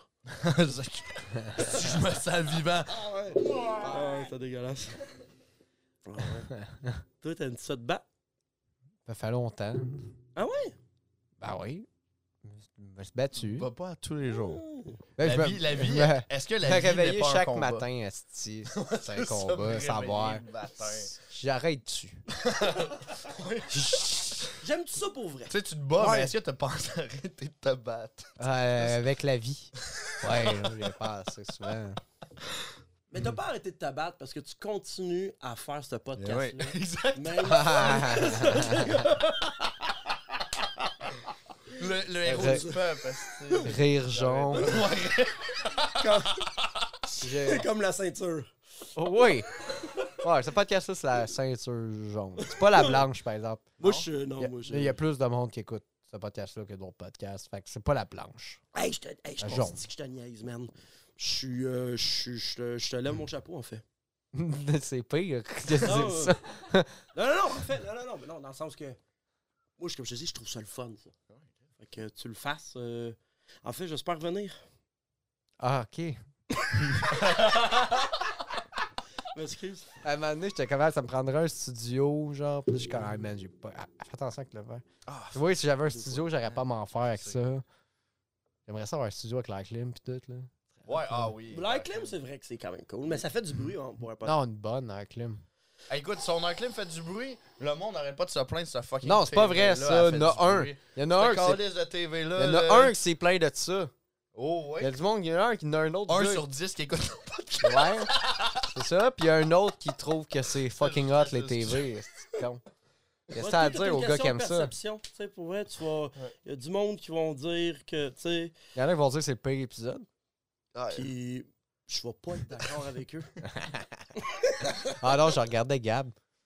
je me sens vivant. Ah ouais? Ah ouais, c'est dégueulasse. Ah ouais. Toi, t'as une ça de battre? Ça fait longtemps. Ah ouais? Ben oui. Je me suis battu. Pas, pas tous les jours. Ben, La je me- vie, la vie, je me- est-ce que je la me vie n'est réveillais pas un chaque combat? matin, esti. C'est un Ça, me combat, réveiller savoir. le matin. J'arrête dessus. J'aime ça pour vrai. Tu sais, tu te bats, Ouais. mais est-ce que t'as pensé à arrêter de te battre? Euh, avec la vie. Ouais, là, j'ai pensé souvent. Mais t'as pas arrêté de te battre parce que tu continues à faire ce podcast-là. Oui, exact. Même Le, le héros Re- du peuple, est-ce que- Rire jaune. comme, Je- comme la ceinture. Oh, oui. Ouais, ce podcast-là, c'est la ceinture jaune. C'est pas la blanche, par exemple. Moi, Non. je suis. Non, Il y a- moi, je. il y a plus de monde qui écoute ce podcast-là que d'autres podcasts. Fait que c'est pas la blanche. Hey, je te, hey, je Un pense jaune. que je te niaise, man. Je suis. euh, je suis- je te- je te lève mon chapeau, en fait. C'est pire que de Non, dire ça. Non, non, non, en fait, non, non, non, mais non, dans le sens que. Moi, je- comme je te dis, je trouve ça le fun, ça. Fait que tu le fasses. euh, En fait, j'espère revenir. Ah, OK. M'excuse. À un moment donné, j'étais comme, ça me prendrait un studio, genre. Puis là, je suis comme, ah, man, j'ai pas. ah, fais attention avec le verre. Ah, Oui, si j'avais un studio, j'aurais pas à m'en faire avec ça. J'aimerais ça avoir un studio avec la clim pis tout, là. ouais, ah oui. L'air clim, c'est vrai que c'est quand même cool, mais ça fait du bruit, on pourrait pas. Non, une bonne, la clim. Hey, écoute, son enclim fait du bruit, le monde n'arrête pas de se plaindre de ce fucking Non, c'est pas T V là, vrai, ça. elle fait Il y en a du un. bruit. Il y en a un Ce qui s'est- calice de T V là. il y en a là. un qui s'est plaint de ça. Oh, Il y a ouais. du monde, il y en a un qui en a un autre. Un gars- sur dix qui écoute ton podcast. Ouais. C'est ça. Puis il y a un autre qui trouve que c'est fucking hot, les c'est- T V. C'est con. Qu'est-ce que Ouais, t'as à tout est dire une aux gars question qui aiment de ça? perception. Tu sais, pour vrai, tu vas. Il y a du monde qui vont dire que, tu sais, Il y en a qui vont dire que c'est le pire épisode. puis je vais pas être d'accord avec eux. Ah non, je regardais Gab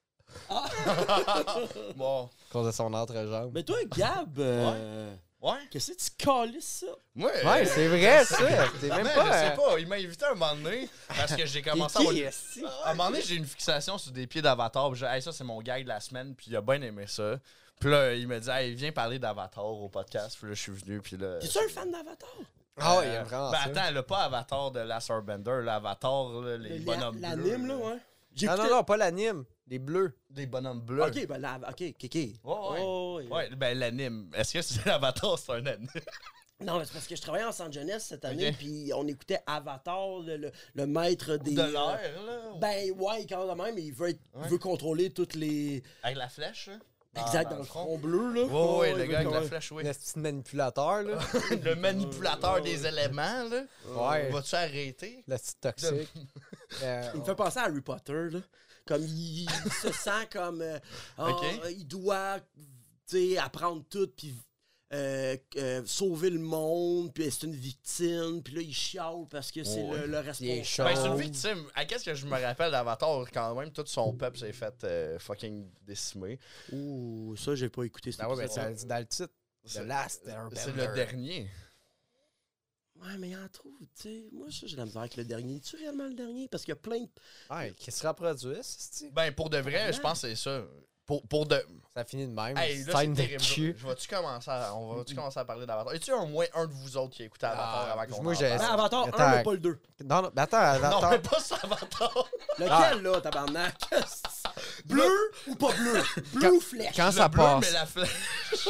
Bon. à cause de son entrejambe. Mais toi, Gab, euh, Ouais. qu'est-ce que tu calisses ça? Moi, Ouais, c'est vrai, ça. T'es même Man, pas. je sais euh, pas, il m'a invité un moment donné parce que j'ai commencé à T'es avoir... qui, esti? À un moment donné, j'ai une fixation sur des pieds d'Avatar. Puis j'ai hey, ça, c'est mon gag de la semaine. Puis il a bien aimé ça. Puis là, il m'a dit, hey, viens parler d'Avatar au podcast. Puis là, je suis venu. Puis là. T'es-tu un fan d'Avatar? Ah ouais, Euh, il aime vraiment ben ça. attends, le pas Avatar de Last Airbender, l'Avatar, là, les Le- bonhommes bleus. L'anime, là, ouais. J'ai Non, écouté- non, non, pas l'anime. Des bleus. Des bonhommes bleus. Ok, ben là, ok, Kiki. Ouais, ouais. Oh, ouais. Ouais, ben l'anime. Est-ce que c'est Avatar, c'est un anime? Non, mais c'est parce que je travaillais en centre jeunesse cette année, Ok. puis on écoutait Avatar, le, le, le maître des. De euh, l'air, là. Ben ouais, quand même, il veut, être, il Ouais. veut contrôler toutes les. Avec la flèche, là. Exact, dans le front bleu, là. Ouais, ouais, il le veut gars avec la contrôler- flèche, oui. Le petit manipulateur, là. Le manipulateur Ouais, des ouais. éléments, là. Ouais. Vas-tu arrêter? Le petit toxique. Euh, Il me fait penser à Harry Potter, là. Comme il, il se sent comme. euh, ah, Ok. il doit, tu sais, apprendre tout, puis. euh, euh, sauver le monde, puis c'est une victime, puis là il chiale parce que c'est Ouais. le, le Il est responsable. chaud. Ben, c'est une victime. À qu'est-ce que je me rappelle d'Avatar, quand même, tout son peuple s'est fait euh, fucking décimer. Ouh, ça j'ai pas écouté cet Ah ouais, mais épisode. ça dit dans le titre. C'est- The Last C'est Airbender. le dernier. Ouais, mais il en trouve, tu sais. Moi, ça, j'ai la misère avec le dernier. Es-tu réellement le dernier? Parce qu'il y a plein de. Ouais, qui se reproduisent, c'est-tu? Ben, pour de vrai, je pense que c'est ça. Pour, pour de... Ça finit de même. Hey, là, c'est Scène de terrible. cul. Je vais-tu commencer à... On va-tu commencer à parler d'Avatar? Est-ce au moins un de vous autres qui a écouté Avatar Ah, avant qu'on moi, en j'ai- parle? Ben, Avatar Attends, un, mais pas le deux. Non, non, mais attends, Non, attends. mais pas sur Avatar. Lequel, Ah. là, tabarnak? Bleu ou pas bleu? Bleu Quand- ou flèche? Quand Le ça bleu, passe, mais la flèche.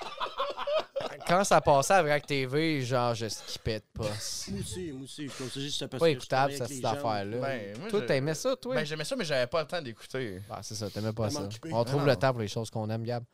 quand ça passait avec T V, genre, je skippais de poste. Moi aussi, moi aussi. Comme ça, juste parce Pas que je écoutable, travaillais cette avec les cette gens. affaire-là. Ben, moi, Toi, je- t'aimais ça, toi? Ben, j'aimais ça, mais j'avais pas le temps d'écouter. Ah, c'est ça, t'aimais pas Tellement ça. occupé. On trouve Ah, le non. temps pour les choses qu'on aime, Gab.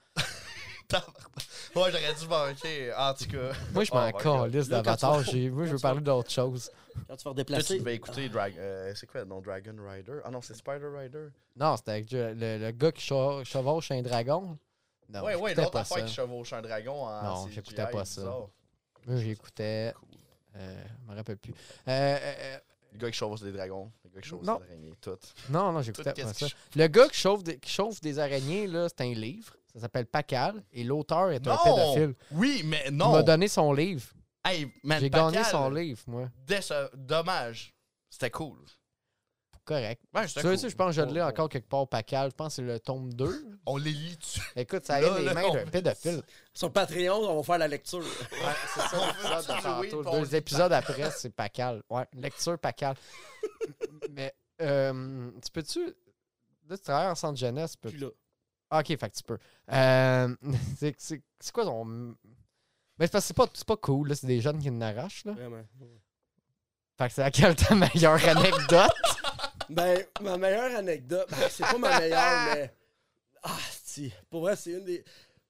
Ouais, j'aurais dû manquer. En tout cas. Moi, je Oh m'en my God. calisse Là, quand d'Avatar. tu vas- j'ai- Moi, je quand veux tu vas- parler d'autre chose. Quand tu vas Toi, redéplacer. tu devais écouter Drag... euh, c'est quoi le nom? Dragon Rider? Ah non, c'est Spider Rider? Non, c'était avec le, le- le gars qui cha- chevauche un dragon. Non, ouais, ouais, j'écoutais l'autre pas affaire ça. qui chevauche un dragon en Non, C G I, j'écoutais pas ça. bizarre. Moi, j'écoutais. Euh, je me rappelle plus. Euh, euh, euh, Le gars qui chevauche des dragons, le gars qui chevauche Non. des araignées, tout. non, non, j'écoutais Tout pas qu'est-ce ça. que Le gars qui chauffe, des, qui chauffe des araignées, là, c'est un livre. Ça s'appelle Pacal. Et l'auteur est un Non! pédophile. Oui, mais Il non! m'a donné son livre. Hey, man, J'ai Pacal, gagné son livre, moi. déce- Dommage. C'était cool. Correct. Ouais, c'était Ça, cool. ça, je pense que je l'ai On- encore quelque part, Pacal. Je pense que c'est le tome deux. On les lit dessus. Écoute, ça Là, a les là, mains on d'un fait pédophile. Sur Patreon, on va faire la lecture. Ouais, c'est ça, l'épisode de Oui, tantôt. puis on Deux lit épisodes après, c'est Pacal. Ouais, lecture Pacal. Mais, euh, tu peux-tu. Là, tu travailles en centre jeunesse. Peux... Puis là. Ah, ok, fait que tu peux. Euh, c'est, c'est, c'est quoi ton. Mais c'est parce que c'est pas, c'est pas cool, là. C'est des jeunes qui n'arrachent, là. Vraiment. Fait que c'est laquelle ta meilleure anecdote? Ben, ma meilleure anecdote, ben, c'est pas ma meilleure, mais. Ah, si. Pour vrai, c'est une des.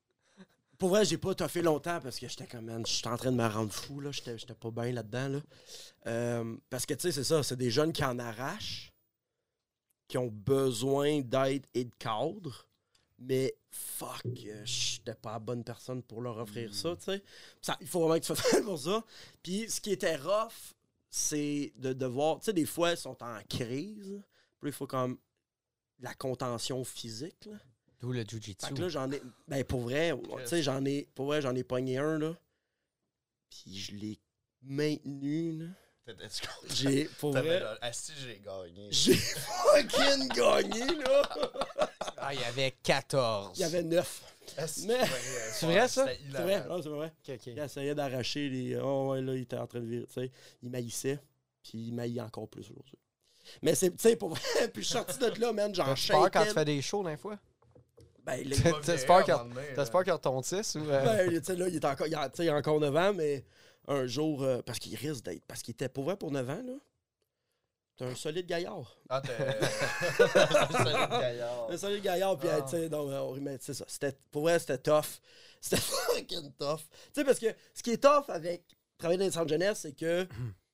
Pour vrai, j'ai pas toffé longtemps parce que j'étais comme, man, j'étais en train de me rendre fou, là. J'étais, j'étais pas bien là-dedans, là. Euh, parce que, tu sais, c'est ça, c'est des jeunes qui en arrachent, qui ont besoin d'aide et de cadre, mais fuck, euh, j'étais pas la bonne personne pour leur offrir ça, tu sais. Ça, il faut vraiment que tu fasses pour ça. Puis, ce qui était rough, c'est de devoir, tu sais, des fois, ils sont en crise, puis il faut comme la contention physique, là. D'où le jujitsu. Fait que là, j'en ai. Ben, pour vrai, tu sais, j'en ai. Pour vrai, j'en ai pogné un, là. Puis je l'ai maintenu, là. T'étais-tu content? J'ai. Pour T'avais vrai. là, Asti, j'ai gagné. J'ai fucking gagné, là. Ah, il y avait quatorze. Il y avait neuf. Asti, Mais- ouais, C'est vrai, ça? c'était C'est hilarant. vrai, non, c'est vrai. Ok, ok. Il essayait d'arracher les. Oh, ouais, là, il était en train de virer, tu sais. Il maïssait. Puis il maillit encore plus aujourd'hui. Mais c'est, tu sais, pour vrai. Puis je suis sorti de là, man. J'en T'as peur quand tu shakeais. fais des shows, d'un fois? Ben, le- T'as- Pas T'as vieillir peur à un qu'il moment donné, t'as là. peur qu'il retentisse ou. euh? Ben, tu sais, là, il est encore, il a- tu sais, il a encore neuf ans, mais un jour, euh, parce qu'il risque d'être, parce qu'il était pour vrai pour neuf ans, là. T'es un solide gaillard. Ah, t'es. Un solide gaillard. Un solide gaillard, puis, Ah. euh, tu sais, non, on remet, c'est ça. C'était, pour vrai, c'était tough. C'était fucking tough. Tu sais, parce que ce qui est tough avec travailler dans les centres jeunesse, c'est que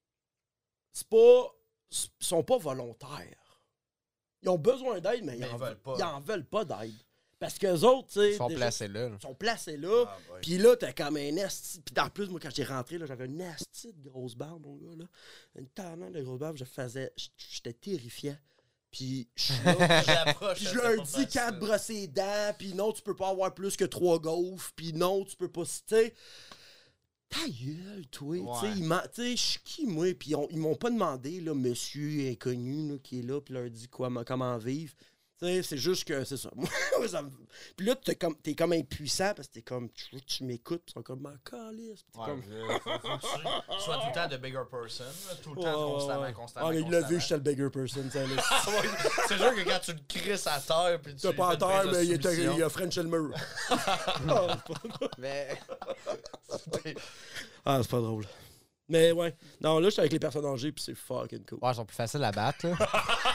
c'est pas, ils sont pas volontaires. Ils ont besoin d'aide, mais, Mais ils, en ils veulent veulent, pas. ils en veulent pas d'aide. Parce qu'eux autres, tu sais, Ils sont déjà, placés là. là. ils sont placés là. Ah, ouais. Puis là, t'as comme un esti. Puis en plus, moi, quand j'ai rentré, là, j'avais une esti de grosse barbe, mon gars. Là. Une tannante de grosse barbe. Je faisais. J'étais terrifiant. Puis je suis là. J'approche, Puis je c'était leur pas dis facile. quand de brosser les dents. Puis non, tu peux pas avoir plus que trois gaufres. Puis non, tu peux pas. Tu sais. Ta gueule, toi. Tu sais, Ouais. ils m'en- tu sais, je suis qui, moi? Puis on- ils m'ont pas demandé, là, monsieur inconnu, là, qui est là, puis leur dit quoi, comment vivre. Tu sais, c'est juste que c'est ça. Moi, ça me- Puis là, t'es comme, t'es comme impuissant parce que t'es comme, tu, tu m'écoutes, puis ils sont comme, m'en calisse. Puis t'es Ouais, comme, je- faut, faut que tu sois tout le temps de bigger person. là, Tout le Ouais, temps, ouais, constamment, ouais. constamment. Ah, mais il l'a vu, constamment. j'étais le bigger person, tu sais. là. C'est sûr que quand tu le crisses à terre, puis tu T'as lui pas fais à une terre, prise de mais il, était, soumission. il a French le mur. Ah, c'est pas- Mais. ah, c'est pas drôle. Mais ouais. Non, là, j'étais avec les personnes âgées, puis c'est fucking cool. Ouais, ils sont plus faciles à battre, là.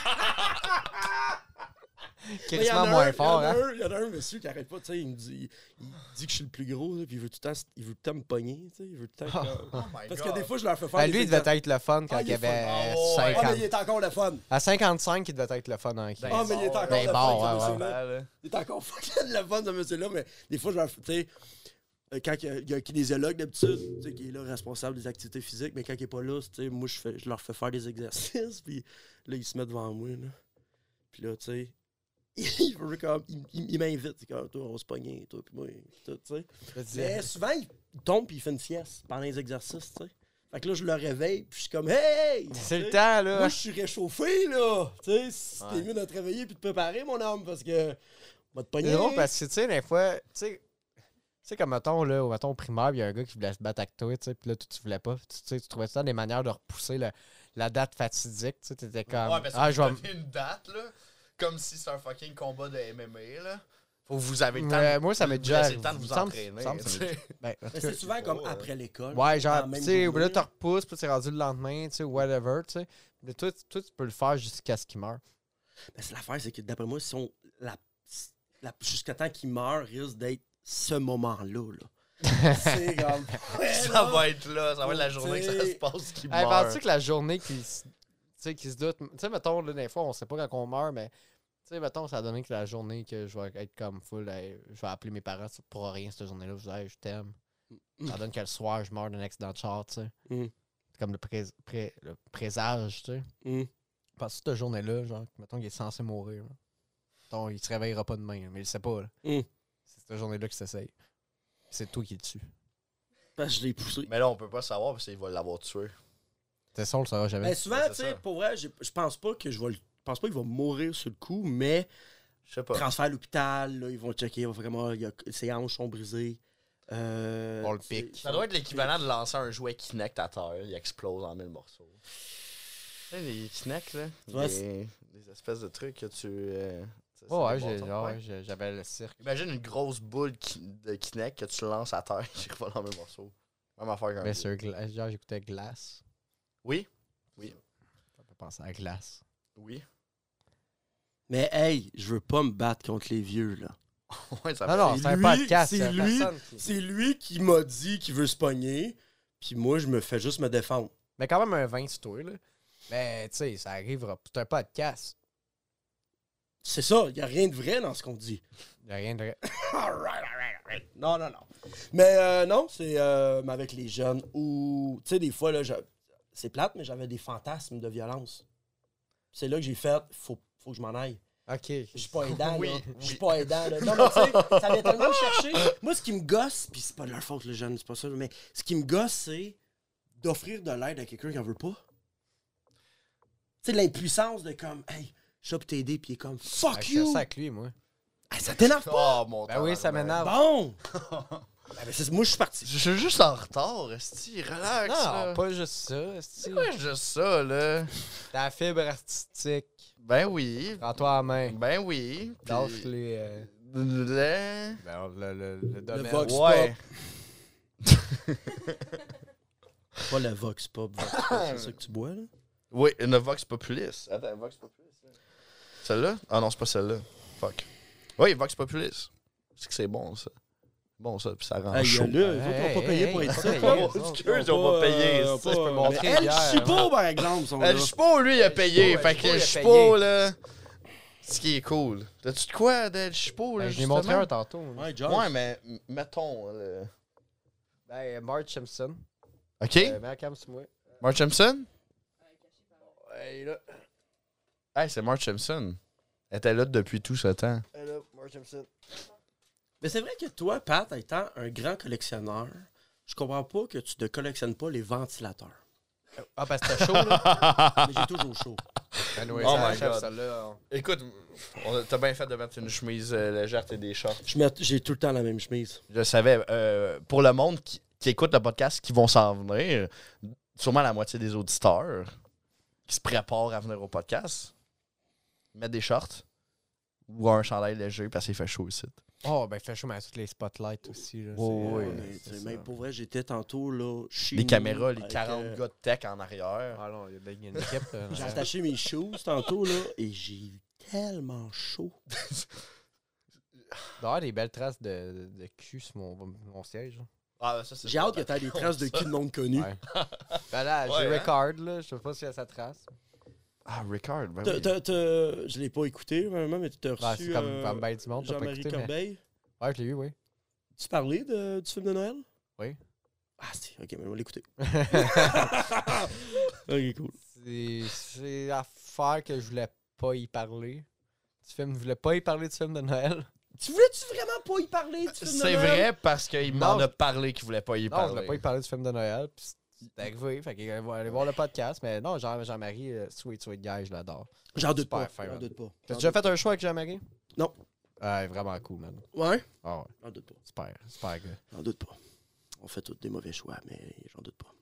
Mais il y en Quasiment a un- moins fort, il y en a hein. un- Il y en a un monsieur qui arrête pas, tu sais, il me dit, il dit que je suis le plus gros, là, puis il veut tout le temps, il veut tout le temps me pogner, tu sais, il veut tout le temps. que- Oh my Parce God. que des fois, je leur fais faire Ben, des lui, il exercices. devait être le fun quand Ah, il il est avait fun. Oh, ouais. Ah, mais cinquante. il est encore le fun. À cinquante-cinq, il devait être le fun en crise. Ah, mais il est encore Ben, le bon, fun, ouais, ce ouais. monsieur-là. là. Il est encore fucking le fun, ce monsieur-là, mais des fois, je leur fais, tu sais, euh, quand il y a- il y a un kinésiologue d'habitude, tu sais, qui est là, responsable des activités physiques, mais quand il est pas là, tu sais, moi, je, fais, je leur fais faire des exercices, puis là, ils se mettent devant moi, là. Puis là, tu sais, il veut comme, il, il- il m'invite, c'est comme, toi, on va se pogner, toi, puis moi, puis tout, tu sais. Je te dis, Mais souvent, il tombe puis il fait une sieste pendant les exercices, tu sais. Fait que là, je le réveille, puis je suis comme, hey! C'est le Tu sais, temps, là. Moi, je suis réchauffé, là! Tu sais, si Ouais. t'es mieux de te réveiller puis de te préparer, mon homme, parce que. Va te pogner. C'est drôle parce que, tu sais, des fois, tu sais, tu sais, comme, mettons, là, au mettons, au primaire, il y a un gars qui voulait se battre avec toi, tu sais, puis là, toi, tu voulais pas. Tu sais, tu trouvais ça des manières de repousser le- la date fatidique, tu sais, t'étais comme, Ouais, parce que ah, vous je vais... m- donnez une date, là, comme si c'était un fucking combat de M M A, là. Faut que vous avez le temps. Ouais, de- moi, ça m'est vous déjà laissez le temps de vous semble- entraîner. semble- tu sais. Ben, en Mais tout c'est cas, souvent comme pas, après l'école. ouais, genre, la tu même sais, journée. là, tu repousses, puis c'est rendu le lendemain, tu sais, whatever, tu sais. Mais toi, tu- toi, tu peux le faire jusqu'à ce qu'il meure. Mais c'est l'affaire, c'est que d'après moi, si on, la, la, jusqu'à temps qu'il meurt, risque d'être ce moment-là. Là. C'est comme. Ouais, Ça non. va être là, ça va être la journée que ça T'sais- se passe qui Hey, meurt. penses-tu que la journée qui, s- tu sais, qui se doute, tu sais, mettons, là, des fois, on sait pas quand on meurt, mais, tu sais, mettons, ça a donné que la journée que je vais être comme full, hey, je vais appeler mes parents pour rien cette journée-là, je dis, hey, je t'aime. Ça donne que le soir, je meurs d'un accident de char, tu sais. Mm. C'est comme le, pré- pré- le présage, tu sais. Mm. Parce que cette journée-là, genre, mettons, il est censé mourir. Là. Mettons, il se réveillera pas demain, là, mais il sait pas, là. Mm. C'est cette journée-là qu'il s'essaye. C'est toi qui le tue. Parce que je l'ai poussé. Mais là, on peut pas savoir parce qu'il va l'avoir tué. C'est ça, on le saura jamais. Mais souvent, c'est tu sais, ça. pour vrai, j'ai- je pense pas que je vais le. Je pense pas qu'il va mourir sur le coup, mais Je sais pas. transfert à l'hôpital, là, ils vont checker, ils vont faire comment il y a, ses hanches sont brisées. Euh, On le tu sais, pique. Ça doit être l'équivalent de lancer un jouet Kinect à terre. Il explose en mille morceaux. Tu sais, les Kinect, là. Ouais, des, des espèces de trucs que tu. euh, tu sais, Oh, ouais, c'est des j'ai- bâtons, ouais, ouais. j'ai- j'avais le cirque. Imagine une grosse boule qui- de Kinect que tu lances à terre qui revole en mille morceaux. Même affaire qu'un Mais jeu. sur Gla- genre, j'écoutais Glace. Oui, Ça peut penser à Glace. oui. Mais hey, je veux pas me battre contre les vieux, là. Ouais, ça Non, fait- non, C'est c'est un lui- podcast. c'est il y a lui- personne qui- C'est lui qui m'a dit qu'il veut se pogner, puis moi, je me fais juste me défendre. Mais quand même un vingt sur toi, là. Mais, tu sais, ça arrivera. C'est un podcast. C'est ça, il y a rien de vrai dans ce qu'on dit. Il y a rien de... Alright, alright, alright. Non, non, non. Mais euh, non, c'est euh, mais avec les jeunes où, tu sais, des fois, là, je- c'est plate, mais j'avais des fantasmes de violence. C'est là que j'ai fait, faut, faut que je m'en aille. OK. Je suis pas aidant, Oui, là. Je suis oui. pas aidant, là. Non, mais tu sais, ça vient tellement me chercher. Moi, ce qui me gosse, puis c'est pas de leur faute, les jeunes, c'est pas ça, mais ce qui me gosse, c'est d'offrir de l'aide à quelqu'un qui en veut pas. Tu sais, l'impuissance de comme, hey, je suis là pour t'aider, puis il est comme, fuck Je you! fais ça avec lui, moi. Hey, ça t'énerve pas? Oh, mon Ben oui, ça tabarnak. m'énerve. Bon! Ben, ben, c'est- moi, je suis parti. Je suis juste en retard, esti. Relax. là. Non, pas juste ça. C'est quoi juste ça, là? Ta fibre artistique. Ben oui. Prends-toi en main. Ben oui. puis- Lâche les... euh, Le- ben, le, le, le domaine. Vox Ouais. Pas le Vox Pop. Vox Pop, c'est ça que tu bois, là? Oui, une Vox Populis. Attends, Vox Populis. là. Celle-là? Ah non, c'est pas celle-là. Fuck. Oui, Vox Populis. C'est que c'est bon, ça. Bon, ça, puis ça rend Hey, chaud. là, les autres Hey, n'ont pas payé hey, pour hey, être pas ici. payé, là. eux autres. Excuse, ils ont pas payé. euh, Ça, je peux pas- montrer mais El hier, Chipo, par exemple, sont là. El Chipo, lui, il a payé. Chipo, Fait El que Chipo, El il a Chipo, payé. là. Ce qui est cool. T'as-tu de quoi d'El Chipo, là? Ben, je l'ai justement? montré un tantôt. là. Ouais, Josh. Ouais, mais m- mettons. là. Ben, Marge Simpson. Ok? Euh, mets la cam sur moi. Mark Simpson? Ouais, là. Hey, c'est Mark Simpson. Elle était là depuis tout ce temps. Hey, là, Marge Simpson. Mais c'est vrai que toi, Pat, étant un grand collectionneur, je comprends pas que tu ne collectionnes pas les ventilateurs. Ah, parce que t'as chaud, là. Mais j'ai toujours chaud. Anyway, Oh ça my achève, God. celle-là. Écoute, on- t'as bien fait de mettre une chemise euh, légère et des shorts. Je mets- J'ai tout le temps la même chemise. Je savais, euh, pour le monde qui, qui écoute le podcast, qui vont s'en venir, sûrement la moitié des auditeurs qui se préparent à venir au podcast, mettre des shorts ou un chandail léger parce qu'il fait chaud ici. Oh, ben, fait chaud, mais à toutes les spotlights aussi. Là, Oh, oui. Mais, c'est tu sais, ça. même pour vrai, j'étais tantôt là, chez Les nous caméras, les avec, quarante euh, gars de tech en arrière. Ah non, il y a de- il y a une équipe. là. J'ai attaché mes shoes tantôt là, et j'ai eu tellement chaud. Il doit y avoir des belles traces de, de, de cul sur mon, mon siège. là. Ah, ça, c'est J'ai hâte que tu aies des traces de cul de monde connu. Ouais. Ben là, j'ai Ouais, hein? Ricard, là. Je sais pas si elle a sa trace. Ah, Ricard, ben T'as- oui. t'as- t'as- Je l'ai pas écouté vraiment, mais tu t'as Ouais, reçu c'est comme, euh, comme ben du monde. t'as pas Jean-Marie écouté, mais- Corbeil. Ouais, je l'ai eu, oui. Tu parlais de, du film de Noël? Oui. Ah, c'est ok, mais on va l'écouter. Ok, cool. C'est c'est l'affaire que je voulais pas y parler. Du film, je voulais pas y parler du film de Noël. Tu voulais-tu vraiment pas y parler du film de C'est Noël? vrai parce qu'il m'en Non, a parlé qu'il voulait pas y Non, je parler. voulais pas y parler du film de Noël. Puis c'est arrivé. Fait qu'il va aller voir le podcast. Mais non, Jean- Jean-Marie, euh, sweet, sweet guy, je l'adore. J'en doute Super pas. fin, J'en man. doute pas. T'as déjà fait un show avec Jean-Marie? Non. Ouais, vraiment cool, man. Ouais? Ah ouais, J'en doute pas. super, super gars. J'en doute pas. On fait tous des mauvais choix, mais j'en doute pas.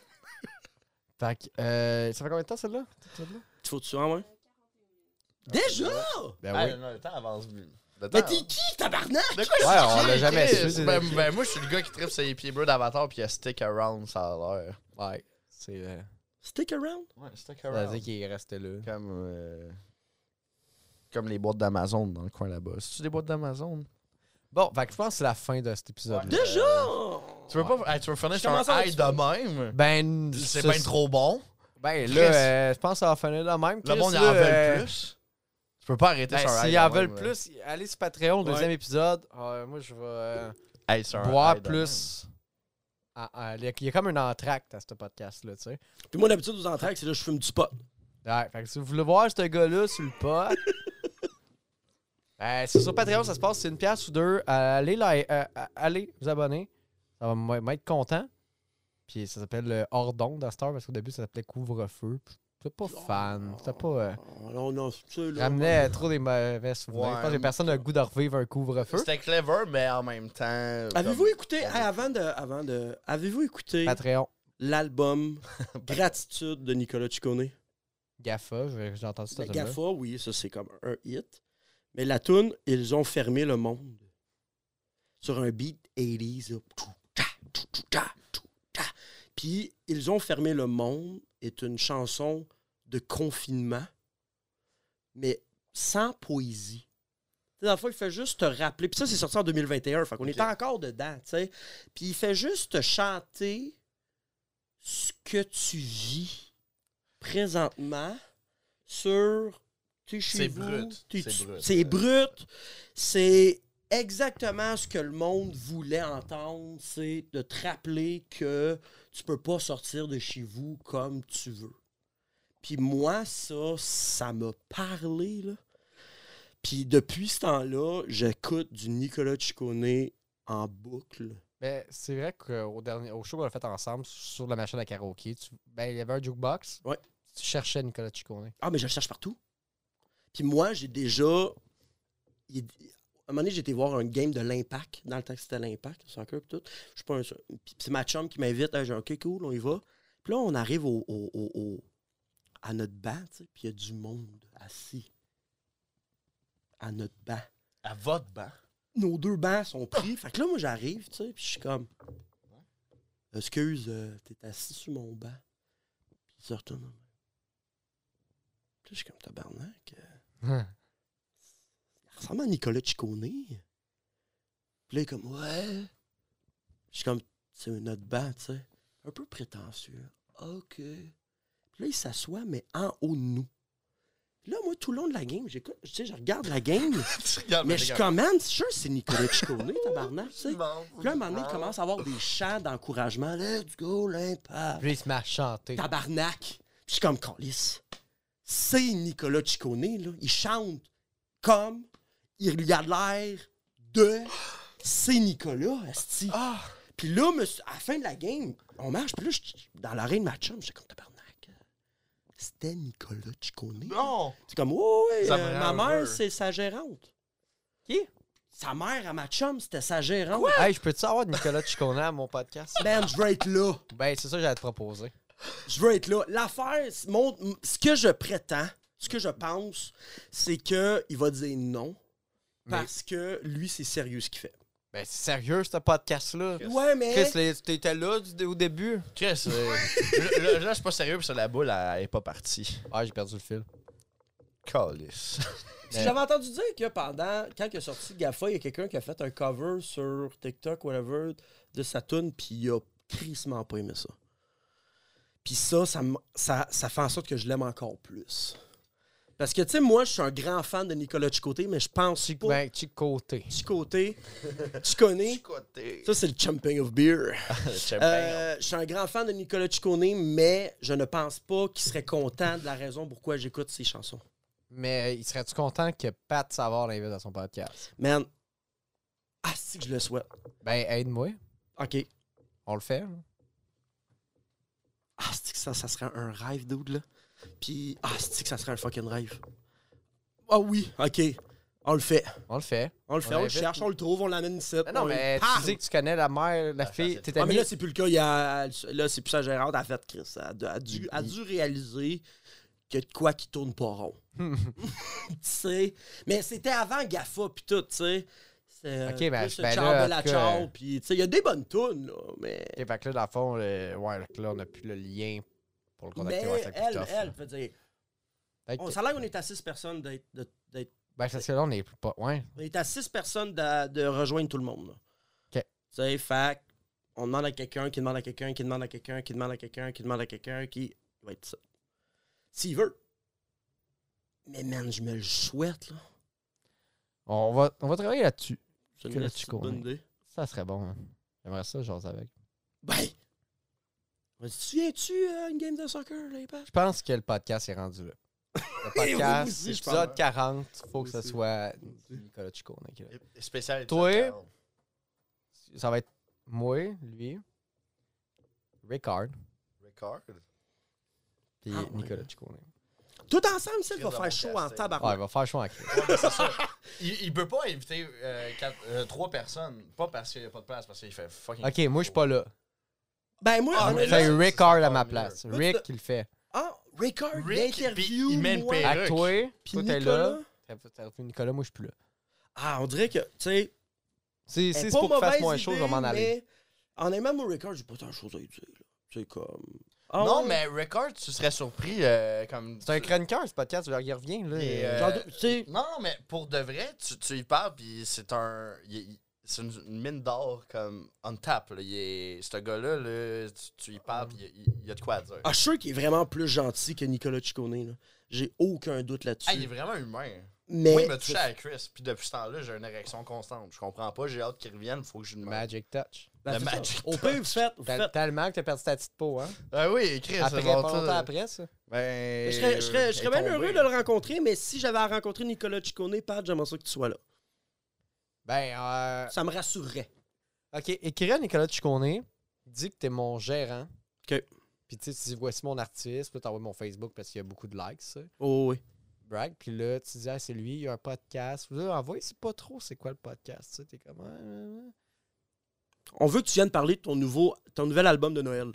Fait que, euh, ça fait combien de temps celle-là? celle-là? Tu faut tu en ouais? Déjà? Ben Ah, oui. non, le temps avance vite. Le Mais temps- t'es qui, tabarnak? De quoi Ouais, c'est on qui, l'a jamais Chris? su, c'est- Ben, ben, moi, je suis le gars qui tripe sur les pieds bleus d'Avatar puis il y a Stick Around, ça a l'air. Ouais, c'est. Euh, Stick around? Ouais, Stick ça veut dire qu'il est resté là. Comme, euh, comme les boîtes d'Amazon dans le coin là-bas. C'est-tu des boîtes d'Amazon? Bon, fait que je pense que c'est la fin de cet épisode-là. Déjà? Tu veux pas hey, tu veux finir Je sur commence un à- high de même? Ben, C'est ça, bien trop bon. Ben Chris. là, euh, je pense que ça va finir là même. Le Chris, monde, il là, en veut euh, plus. Tu peux pas arrêter Ben, sur un high s'ils de en même, veulent là. plus, allez sur Patreon, Ouais. deuxième épisode. Ah, moi, je vais euh, Hey, sur un boire high de plus. Ah, ah, Il y a- il y a comme un entracte à ce podcast-là, tu sais. Puis moi, d'habitude, aux entrailles, c'est là que je fume du pot. Ouais, fait que si vous voulez voir ce gars-là sur le pot, euh, c'est sur Patreon, ça se passe, c'est une pièce ou deux. Euh, allez, là, euh, euh, allez vous abonner. Ça va m- m'être content. Puis ça s'appelle euh, Hors d'onde à Star parce qu'au début, ça s'appelait Couvre-feu. Puis j'étais pas fan. J'étais pas. Euh, Oh, non, non, tu sais, là. ramenait trop des mauvais souvenirs. Ouais. Je pense que personne n'a le goût de revivre un couvre-feu. C'était clever, mais en même temps. Avez-vous comme- écouté, hey, avant de, avant de, avez-vous écouté Patreon. l'album Gratitude de Nicolas Ciccone? GAFA, j'ai j'ai entendu ça. Ben, Gaffa, oui, ça c'est comme un hit. Mais la tune, ils ont fermé le monde. Sur un beat eighties. là. Puis Ils ont fermé le monde est une chanson de confinement, mais sans poésie. Tu sais, dans le fond, il fait juste te rappeler. Puis ça, c'est sorti en deux mille vingt et un. Fait qu'on Ok. est encore dedans, tu sais. Puis il fait juste te chanter ce que tu vis présentement sur. Tu sais, chez C'est vous. brut. t'es- C'est tu- brut. C'est brut. C'est exactement ce que le monde voulait entendre. C'est de te rappeler que tu peux pas sortir de chez vous comme tu veux. Puis moi, ça, ça m'a parlé, là. Puis depuis ce temps-là, j'écoute du Nicolas Ciccone en boucle. Mais c'est vrai qu'au dernier, au show qu'on a fait ensemble sur la machine à karaoké, tu- ben, il y avait un jukebox. Ouais. Tu cherchais Nicolas Ciccone. Ah, mais je le cherche partout. Puis moi, j'ai déjà... il- À un moment donné, j'ai été voir un game de l'Impact, dans le temps que c'était l'Impact, soccer et tout. Je suis pas un... Puis c'est ma chum qui m'invite. Hey, j'ai OK, cool, on y va. Puis là, on arrive au, au- au- au- à notre banc, tu sais, puis il y a du monde assis à notre banc. À votre banc. Nos deux bancs sont pris. Fait que là, moi, j'arrive, tu sais, puis je suis comme... Excuse, euh, t'es assis sur mon banc. Puis il se retourne. Puis là, je suis comme tabarnak. euh, Il ressemble à Nicolas Ciccone. Puis là, il est comme, ouais. Je suis comme, c'est notre banc, tu sais. Un peu prétentieux. OK. Puis là, il s'assoit, mais en haut de nous. Puis là, moi, tout le long de la game, j'écoute, tu sais, je regarde la game, Tu regardes mais les je gars. commande, c'est sûr que c'est Nicolas Ciccone, tabarnak, tu sais. Puis Non. là, à un moment donné, il commence à avoir des chants d'encouragement. Let's go, l'impact. Puis là, il se met à chanter. Tabarnak. Puis je suis comme, Calice. C'est Nicolas Ciccone, là. Il chante comme il y a l'air de. C'est Nicolas, esti. Ah! Puis là, monsieur, à la fin de la game, on marche. Puis là, j'étais dans l'arène de ma chum, j'étais comme tabarnak. C'était Nicolas Ciccone. Non! C'est comme, oh, ouais, Ça me euh, rend ma mère, heureux. c'est sa gérante. Qui? Sa mère à ma chum, c'était sa gérante. Hey, je peux-tu avoir Nicolas Ciccone à mon podcast? Man, je veux être là. Ben, c'est ça que j'allais te proposer. Je veux être là. L'affaire, c'est mon- ce que je prétends, ce que je pense, c'est qu'il va dire non parce que lui, c'est sérieux ce qu'il fait. Ben, c'est sérieux, ce podcast-là. Ouais, mais... Chris, les- tu étais là du- au début? Chris, euh, là, là, là, je suis pas sérieux parce que la boule, elle, elle est pas partie. Ah, j'ai perdu le fil. Calice. Si j'avais entendu dire que pendant, quand il a sorti Gaffa, il y a quelqu'un qui a fait un cover sur TikTok, whatever, de sa tune, puis il a crissement pas aimé ça. Puis ça, ça, m- ça, ça fait en sorte que je l'aime encore plus. Parce que, tu sais, moi, je suis un grand fan de Nicolas Ciccone, mais je pense pas... Ben, Chicoté. Cicoté, tu connais... Côté. Ça, c'est le champion of beer. Champagne. Euh, je suis un grand fan de Nicolas Ciccone, mais je ne pense pas qu'il serait content de la raison pourquoi j'écoute ses chansons. Mais il serait-tu content que Pat Savard l'invite à son podcast? Man, ah, c'est que je le souhaite. Ben, aide-moi. OK. On le fait. là. Ah, c'est que ça, ça serait un rêve, dude, là. Puis, ah, c'est que ça serait un fucking rêve. Ah oui, OK. On le fait. On le fait. On le fait, On on, le l'invite. cherche, on le trouve, on l'amène ici. Mais non, on mais lui tu parle. dis que tu connais la mère, la Ah, fille. ça, T'es Ah, mais ami. là, c'est plus le cas. Il y a, là, c'est plus sa gérante. Elle a fait, Chris. Elle a, elle a dû, elle a dû réaliser que de quoi qui tourne pas rond. Tu sais. Mais c'était avant Gaffa, puis tout, tu sais. C'est Ok, ben, plus le ben Ciao là, Bella en tout cas, Ciao, puis tu sais, il y a des bonnes tunes, là, mais... Ok, fait que là, dans le fond, le- ouais, là, on n'a plus le lien pour le contacter. Mais ouais, c'est plus elle, tough, elle, là. veut dire... Fait que- On, ça a l'air qu'on est à six personnes d'être... de- d'être- Ben, parce que là, on est plus pas. Ouais. on est à six personnes de, de rejoindre tout le monde, là. Ok. Tu sais, fait on demande à quelqu'un, qui demande à quelqu'un, qui demande à quelqu'un, qui demande à quelqu'un, qui demande à quelqu'un, qui... Il va être ça. S'il veut. Mais man, je me le souhaite, là. On va, on va travailler là-dessus. C'est Que une le esti de Ciccone. bonne idée. Ça serait bon. Hein. J'aimerais ça, genre, avec. Ben! Tu viens-tu à une game de soccer, là, Pat? Je pense que le podcast est rendu là. Le Oui, moi podcast, aussi, je épisode pense. quarante, faut Moi que ce aussi. soit Nicolas Ciccone qui est là. Spécial. Toi? épisode quarante. Ça va être moi, lui, Ricard, Record. puis Ah, ouais. Nicolas Ciccone. Tout ensemble, ça, il va Chris de faire mon chaud en casting. Ouais, tabarouette. il va faire chaud en crise. Ouais, mais c'est ça. Il, il peut pas inviter euh, quatre- euh, trois personnes. Pas parce qu'il y a pas de place, parce qu'il fait fucking. Ok, moi, je suis pas là. Ben, moi, Ah, honnêtement- mais là, C'est c'est- Ricard à c'est ma encore place. mieux. Rick qui le fait. Ah, Ricard, Rick, l'interview, puis il met une moi. perruque. Avec toi, Puis toi, t'es Nicolas. là. T'as- t'as revu Nicolas, moi, je suis plus là. Ah, on dirait que, tu sais, Si, elle si est c'est pas pour qu'il fasse mauvaise moins chaud, je vais m'en idée, aller. mais honnêtement, moi, Ricard, j'ai pas tant de choses à lui dire. là. C'est comme... Ah, Non, ouais. mais Record, tu serais surpris euh, comme. C'est un chroniqueur, ce podcast, il revient, là. Et, euh, euh, Genre, tu sais, Non, non, mais pour de vrai, tu, tu y parles, puis c'est un. il- il- c'est une, une mine d'or comme on tap. Là. Il est, ce gars-là, là, tu, tu y parles, puis il, il- il y a de quoi à dire. ah, je suis sûr qu'il est vraiment plus gentil que Nicolas Ciccone, là. J'ai aucun doute là-dessus. Ah, il est vraiment humain. mais... Moi, il m'a touché à Chris, puis depuis ce temps-là, j'ai une érection constante. Je comprends pas, j'ai hâte qu'il revienne, faut que je lui demande. Magic Touch. Ben, Le c'est ça. Magic Au pire, vous faites... vous Tel- faites- Tellement que t'as perdu ta petite peau, hein. Ah oui, Chris, Après, c'est pas bon, longtemps ça. après, ça. Ben. Je serais, je serais- je serais elle est bien tombée. heureux de le rencontrer, mais si j'avais à rencontrer Nicolas Ciccone, Pat, j'aimerais ça que tu sois là. Ben, euh... Ça me rassurerait. OK, écris à Nicolas Ciccone, dis que t'es mon gérant. OK. Puis tu sais, tu dis, voici mon artiste, puis là, t'envoies mon Facebook parce qu'il y a beaucoup de likes, ça. Oh oui. Brag, puis là, tu dis, ah, c'est lui, il y a un podcast. Là, envoie, c'est pas trop, c'est quoi le podcast, tu sais, t'es comme... ah, ah, ah. On veut que tu viennes parler de ton nouveau, ton nouvel album de Noël.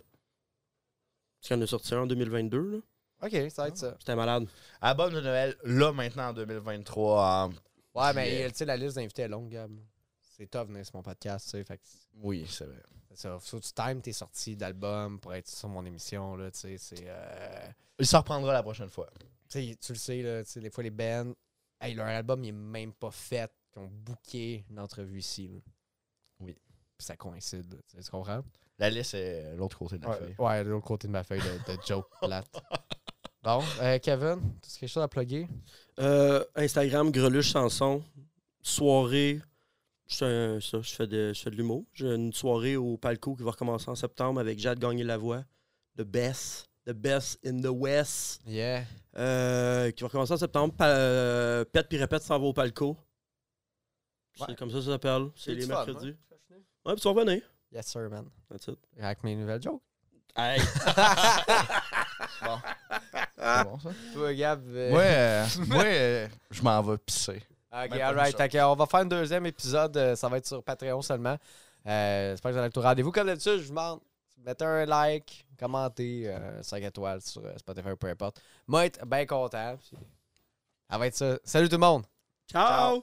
Parce qu'il en a sorti un en deux mille vingt-deux, là. OK, ça va être ça. C'était malade. Album de Noël, là, maintenant, en deux mille vingt-trois. en- Ouais, Puis, mais euh, tu sais, la liste d'invités est longue, Gab. C'est tough, venir sur mon podcast, tu sais, fait que... Oui, c'est vrai. c'est ça. Faut que tu times tes sorties d'albums pour être sur mon émission, là, tu sais, c'est... euh, Il s'en reprendra la prochaine fois. Tu sais, tu le sais, là, tu sais, des fois, les bands, hey, leur album, il est même pas fait, ils ont booké une entrevue ici, là. Oui. Puis ça coïncide, là, tu sais, tu comprends? La liste est l'autre côté de la Ouais, feuille. ouais, de l'autre côté de ma feuille de, de joke plate. Bon, euh, Kevin, tu as quelque chose à plugger? Euh, Instagram, Greluche Sanson. Soirée. Je fais, ça, je fais de, je fais de l'humour. J'ai une soirée au Palco qui va recommencer en septembre avec Jade Gagné-Lavoie. The best. The best in the West. Yeah. Euh, qui va recommencer en septembre. Pa- euh, Pète puis répète s'en va au Palco. C'est Ouais. comme ça que ça s'appelle. C'est C'est les du fun, mercredis. hein? Ouais, puis tu vas revenir. Yes, sir, man. That's it. Avec mes nouvelles jokes. Hey! Bon. C'est bon, ça? Toi, Gab. euh, Moi, euh, moi euh, je m'en vais pisser. Ok, Même pas alright. une Fait que, on va faire un deuxième épisode. euh, Ça va être sur Patreon seulement. Euh, J'espère que vous allez être au rendez-vous. Comme d'habitude, je vous demande, mettez un like, commentez euh, cinq étoiles sur euh, Spotify ou peu importe. Moi, être bien content. Puis, ça va être ça. Salut tout le monde! Ciao!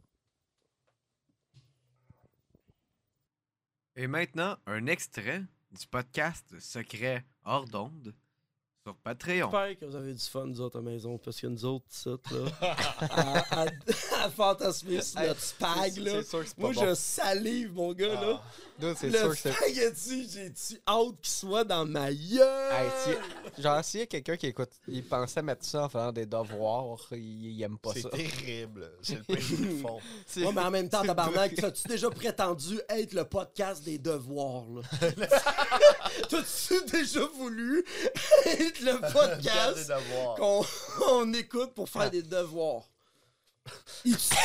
Et maintenant, un extrait du podcast secret hors d'onde sur Patreon. J'espère que vous avez du fun, nous autres, à la maison, parce que nous autres, ça, là, à, à, à fantasmer sur notre spag, là. C'est sûr que c'est pas Moi, bon. je salive, mon gars, là. Dude, c'est Le sûr que c'est. spaghetti, j'ai-tu hâte qu'il soit dans ma gueule? Hey, si- genre, s'il y a quelqu'un qui écoute, il pensait mettre ça en faisant des devoirs, il, il aime pas C'est ça. terrible. C'est le pire qu'ils font. C'est- Ouais, mais en même temps, tabarnak, t'as-tu déjà prétendu être le podcast des devoirs, là? T'as-tu déjà voulu être le Regardez podcast devoirs. qu'on on écoute pour faire des devoirs? Étudier...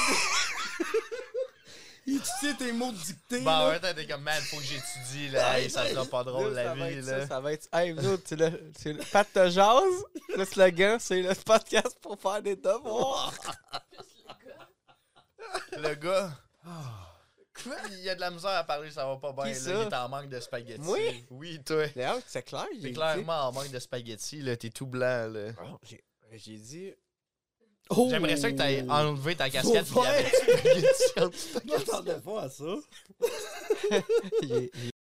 Étudier tes mots dictés, Bon, en là. même temps, t'es comme, man, faut que j'étudie, là. Hey, ça sera pas drôle, Dude, la ça va vie, être là. Ça, ça va être. Hey, dude, c'est le, c'est le. Pat te jase. Le slogan, c'est le podcast pour faire des devoirs. Le gars. Il y a de la misère à parler, ça va pas bien. Qui Là. ça? Il est en manque de spaghetti. Oui? Oui, toi. D'ailleurs, c'est clair. T'es j'ai clairement en manque de spaghetti, là. T'es tout blanc, là. dit- Oh, j'ai- J'ai dit. Oh! J'aimerais ça que t'aies enlevé ta casquette. Faut puis il y avait faire. du spaghetti en dessous de ta Je m'attendais pas à ça. j'ai-